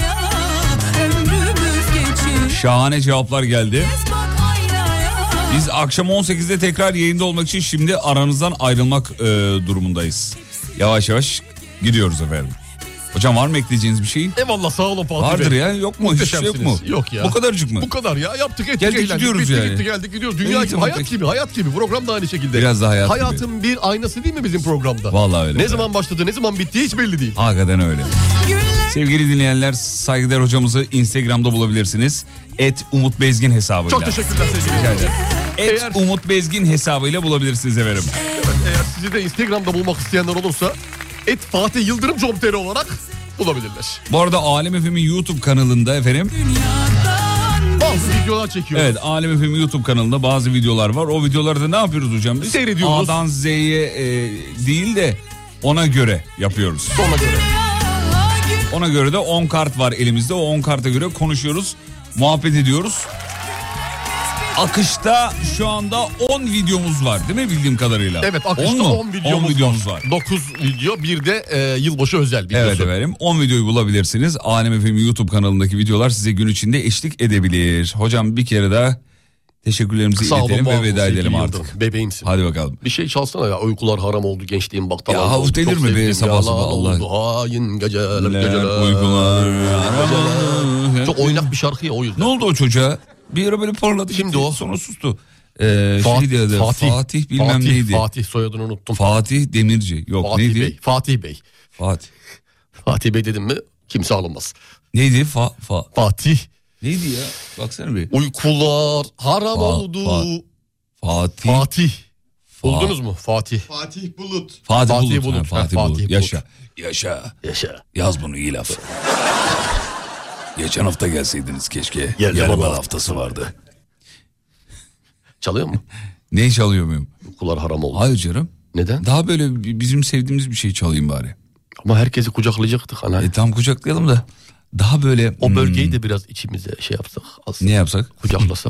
Speaker 3: Şahane cevaplar geldi. Biz akşam 18'de tekrar yayında olmak için şimdi aranızdan ayrılmak durumundayız. Yavaş yavaş gidiyoruz efendim. Hocam var mı ekleyeceğiniz bir şey?
Speaker 4: Eyvallah, sağ olun Fatih
Speaker 3: Vardır
Speaker 4: Bey.
Speaker 3: ya, yok mu? Hiç yok mu?
Speaker 4: Yok ya.
Speaker 3: Bu kadarcık mı?
Speaker 4: Bu kadar ya. Yaptık ettik,
Speaker 3: Geldik
Speaker 4: eğlendik.
Speaker 3: gidiyoruz
Speaker 4: Bitti,
Speaker 3: yani.
Speaker 4: gitti geldik gidiyoruz. Dünya
Speaker 3: İyi,
Speaker 4: gibi,
Speaker 3: tamam,
Speaker 4: hayat
Speaker 3: peki.
Speaker 4: gibi, hayat gibi. Program da aynı şekilde.
Speaker 3: Biraz daha hayat
Speaker 4: Hayatın
Speaker 3: gibi.
Speaker 4: bir aynası değil mi bizim programda?
Speaker 3: Vallahi öyle.
Speaker 4: Ne zaman başladı, ne zaman bitti hiç belli değil.
Speaker 3: Hakikaten öyle. Sevgili dinleyenler, saygıdeğer hocamızı Instagram'da bulabilirsiniz. @UmutBezgin hesabıyla.
Speaker 4: Çok teşekkürler sevgili dinleyiciler. Eğer-
Speaker 3: @UmutBezgin hesabıyla bulabilirsiniz efendim.
Speaker 4: Eğer sizi de Instagram'da bulmak isteyenler olursa Fatih Yıldırım com.tr olarak bulabilirler.
Speaker 3: Bu arada Alem FM'in YouTube kanalında efendim.
Speaker 4: Bazı videolar çekiyoruz.
Speaker 3: Evet, Alem FM YouTube kanalında bazı videolar var. O videolarda ne yapıyoruz hocam biz?
Speaker 4: Seyrediyoruz.
Speaker 3: A'dan Z'ye değil de ona göre yapıyoruz.
Speaker 4: Ona göre.
Speaker 3: Ona göre de 10 kart var elimizde. O 10 karta göre konuşuyoruz, muhabbet ediyoruz. Akışta şu anda 10 videomuz var değil mi bildiğim kadarıyla?
Speaker 4: Evet, akışta 10 videomuz var. 9 video, bir de yılbaşı özel videosu.
Speaker 3: Evet efendim, 10 videoyu bulabilirsiniz. Alem FM YouTube kanalındaki videolar size gün içinde eşlik edebilir. Hocam bir kere daha teşekkürlerimizi
Speaker 4: Sağ olun,
Speaker 3: iletelim
Speaker 4: var
Speaker 3: ve
Speaker 4: olun
Speaker 3: veda
Speaker 4: sevgili
Speaker 3: edelim
Speaker 4: Yıldırım.
Speaker 3: artık.
Speaker 4: Bebeğimsin.
Speaker 3: Hadi bakalım.
Speaker 4: Bir şey çalsana ya. Uykular haram oldu, gençliğim bak tamam.
Speaker 3: Ya,
Speaker 4: oldu.
Speaker 3: denir
Speaker 4: Çok
Speaker 3: mi be
Speaker 4: sevdim,
Speaker 3: sabah
Speaker 4: yalan
Speaker 3: sabah Allah.
Speaker 4: oldu. Hain geceler,
Speaker 3: Uykular.
Speaker 4: geceler. Çok oynak bir şarkı ya, o yüzden.
Speaker 3: Ne oldu o çocuğa? Bir ara böyle parladı.
Speaker 4: Kimdi
Speaker 3: gitti,
Speaker 4: o?
Speaker 3: Sonra sustu. Şeydi adı, Fatih bilmem neydi.
Speaker 4: Fatih, soyadını unuttum.
Speaker 3: Fatih Demirci. Yok
Speaker 4: Fatih
Speaker 3: neydi?
Speaker 4: Bey. Fatih Bey.
Speaker 3: Fatih.
Speaker 4: Fatih Bey dedim mi kimse alınmaz.
Speaker 3: Neydi?
Speaker 4: Fatih.
Speaker 3: Neydi ya? Baksana bir.
Speaker 4: Uykular haram oldu.
Speaker 3: Fatih.
Speaker 4: Fatih. Buldunuz mu? Fatih.
Speaker 10: Fatih Bulut.
Speaker 3: Fatih
Speaker 4: Fatih
Speaker 3: Bulut.
Speaker 4: Bulut.
Speaker 3: Ha, Fatih
Speaker 4: Ha,
Speaker 3: Bulut.
Speaker 4: Fatih Bulut.
Speaker 3: Yaşa. Yaşa.
Speaker 4: Yaşa.
Speaker 3: Yaz bunu, iyi laf. Geçen hafta gelseydiniz keşke.
Speaker 4: Geldim
Speaker 3: Yarın
Speaker 4: ama.
Speaker 3: haftası vardı.
Speaker 4: Çalıyor mu?
Speaker 3: Ne çalıyor muyum?
Speaker 4: Uykular haram oldu.
Speaker 3: Hayır canım.
Speaker 4: Neden?
Speaker 3: Daha böyle bizim sevdiğimiz bir şey çalayım bari.
Speaker 4: Ama herkesi kucaklayacaktık. Hani.
Speaker 3: Tam kucaklayalım da. Daha böyle...
Speaker 4: O bölgeyi de biraz içimize şey yapsak. Aslında.
Speaker 3: Ne yapsak?
Speaker 4: Kucaklasak.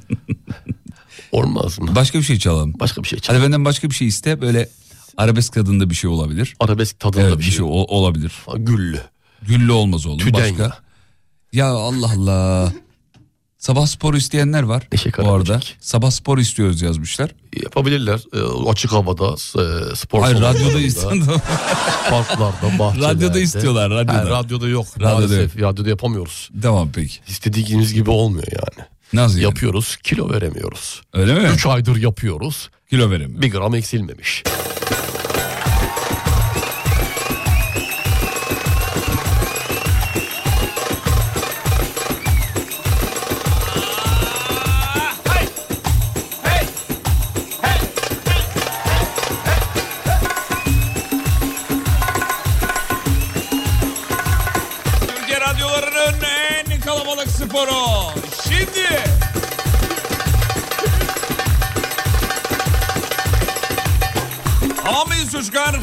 Speaker 4: Olmaz mı?
Speaker 3: Başka bir şey çalalım.
Speaker 4: Başka bir şey çalalım.
Speaker 3: Hadi benden başka bir şey iste. Böyle arabesk tadında bir şey olabilir.
Speaker 4: Arabesk tadında
Speaker 3: Evet,
Speaker 4: bir şey.
Speaker 3: olabilir.
Speaker 4: Güllü.
Speaker 3: Güllü olmaz oğlum.
Speaker 4: Tüden
Speaker 3: Başka. Ya Allah Allah. Sabah spor isteyenler var.
Speaker 4: Neşe
Speaker 3: bu arada.
Speaker 4: Karaböcek.
Speaker 3: Sabah spor istiyoruz yazmışlar.
Speaker 4: Yapabilirler. Açık havada, spor
Speaker 3: Hayır,
Speaker 4: salonlarında,
Speaker 3: radyoda istiyorlar.
Speaker 4: parklarda, bahçelerde.
Speaker 3: Radyoda istiyorlar, radyoda.
Speaker 4: Radyoda yok.
Speaker 3: Radyoda
Speaker 4: Maalesef radyoda yapamıyoruz.
Speaker 3: Tamam peki.
Speaker 4: İstediğimiz gibi olmuyor yani.
Speaker 3: Nasıl yani?
Speaker 4: Yapıyoruz, kilo veremiyoruz.
Speaker 3: Öyle mi?
Speaker 4: 3 aydır yapıyoruz.
Speaker 3: Kilo veremiyor.
Speaker 4: 1 gram eksilmemiş.
Speaker 3: Türkiye radyolarının en kalabalık sporu. Şimdi. Tamam mıyız çocuklar?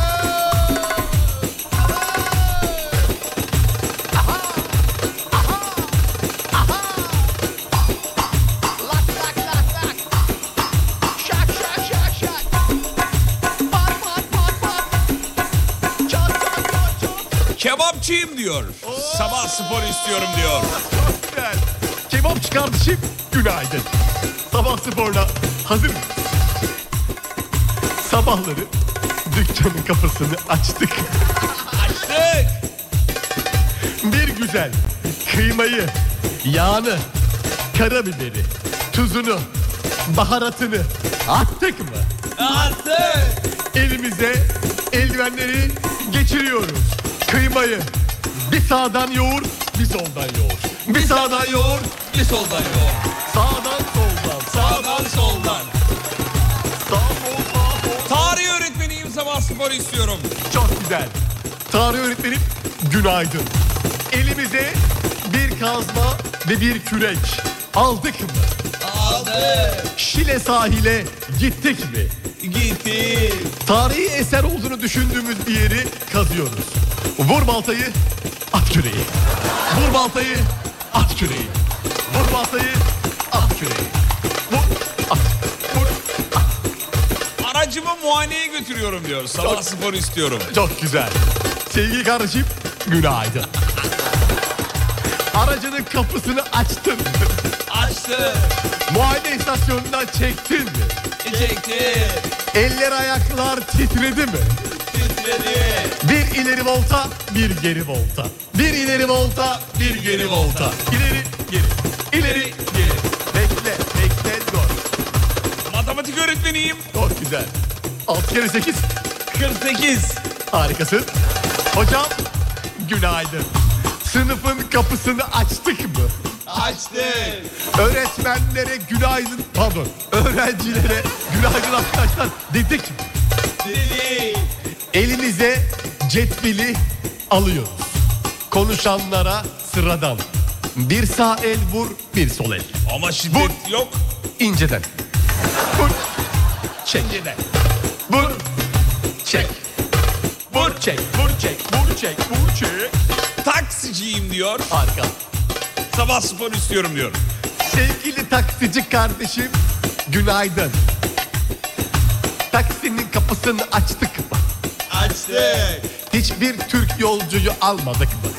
Speaker 3: Kebapçıyım diyor. Sabah spor istiyorum diyor.
Speaker 4: Çok güzel. Kebapçı kardeşim günaydın. Sabah sporla hazır mıyız? Sabahları dükkanın kapısını açtık.
Speaker 3: Açtık.
Speaker 4: Bir güzel kıymayı, yağını, karabiberi, tuzunu, baharatını attık mı?
Speaker 3: Attık.
Speaker 4: Elimize eldivenleri geçiriyoruz. Kıymayı bir sağdan yoğur, bir soldan yoğur. Bir sağdan yoğur,
Speaker 3: Bir soldan yoğur.
Speaker 4: sağdan soldan.
Speaker 3: Sağdan soldan.
Speaker 4: Sağ sol sağ sol.
Speaker 3: Tarih öğretmeniyim, sabah spor istiyorum.
Speaker 4: Çok güzel. Tarih öğretmenim günaydın. Elimize bir kazma ve bir kürek aldık mı?
Speaker 3: Aldık.
Speaker 4: Şile sahile gittik mi?
Speaker 3: Gitti.
Speaker 4: Tarihi eser olduğunu düşündüğümüz bir yeri kazıyoruz. Vur baltayı, at küreği. Vur baltayı, at küreği. Vur baltayı, at küreği. Vur, at, vur, at.
Speaker 3: Aracımı muayeneye götürüyorum diyor. Sabah spor istiyorum.
Speaker 4: Çok güzel. Sevgili kardeşim, günaydın. Aracının kapısını açtın.
Speaker 3: Açtı.
Speaker 4: Muayene istasyonundan çektin mi?
Speaker 3: Çekti.
Speaker 4: Eller ayaklar titredi mi? Bir ileri volta, bir geri volta. Bir ileri volta, bir geri volta. İleri, geri, ileri, geri. Bekle, dur.
Speaker 3: Matematik öğretmeniyim.
Speaker 4: Çok güzel. 6 kere 8.
Speaker 3: 48.
Speaker 4: Harikasın. Hocam, günaydın. Sınıfın kapısını açtık mı?
Speaker 3: Açtık.
Speaker 4: Öğretmenlere günaydın, pardon, öğrencilere günaydın arkadaşlar dedik mi?
Speaker 3: Dedik.
Speaker 4: Elinize cetveli alıyoruz. Konuşanlara sıradan. Bir sağ el vur, bir sol el.
Speaker 3: Ama şiddet yok.
Speaker 4: İnceden. Vur. Çek. İnceden. Vur. Çek. Vur çek. Vur çek. Vur çek. Vur çek.
Speaker 3: Taksiciyim diyor.
Speaker 4: Harika.
Speaker 3: Sabah spor istiyorum diyor.
Speaker 4: Sevgili taksici kardeşim, günaydın. Taksinin kapısını açtık mı?
Speaker 3: Açtık.
Speaker 4: Hiçbir Türk yolcuyu almadık mı?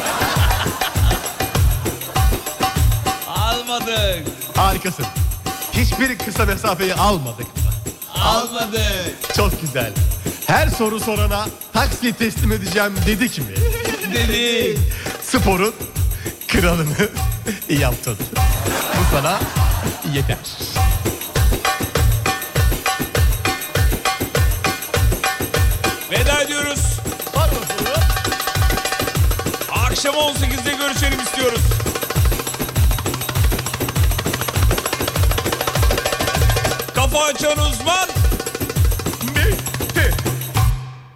Speaker 3: Almadık.
Speaker 4: Harikasın. Hiçbir kısa mesafeyi almadık mı?
Speaker 3: Almadık.
Speaker 4: Çok güzel. Her soru sorana taksi teslim edeceğim dedik mi?
Speaker 3: Dedik.
Speaker 4: Sporun kralını yaptın. Bu sana yeter.
Speaker 3: Veda ediyoruz.
Speaker 4: Var mı soru?
Speaker 3: Akşam 18'de görüşelim istiyoruz. Kafa açan uzman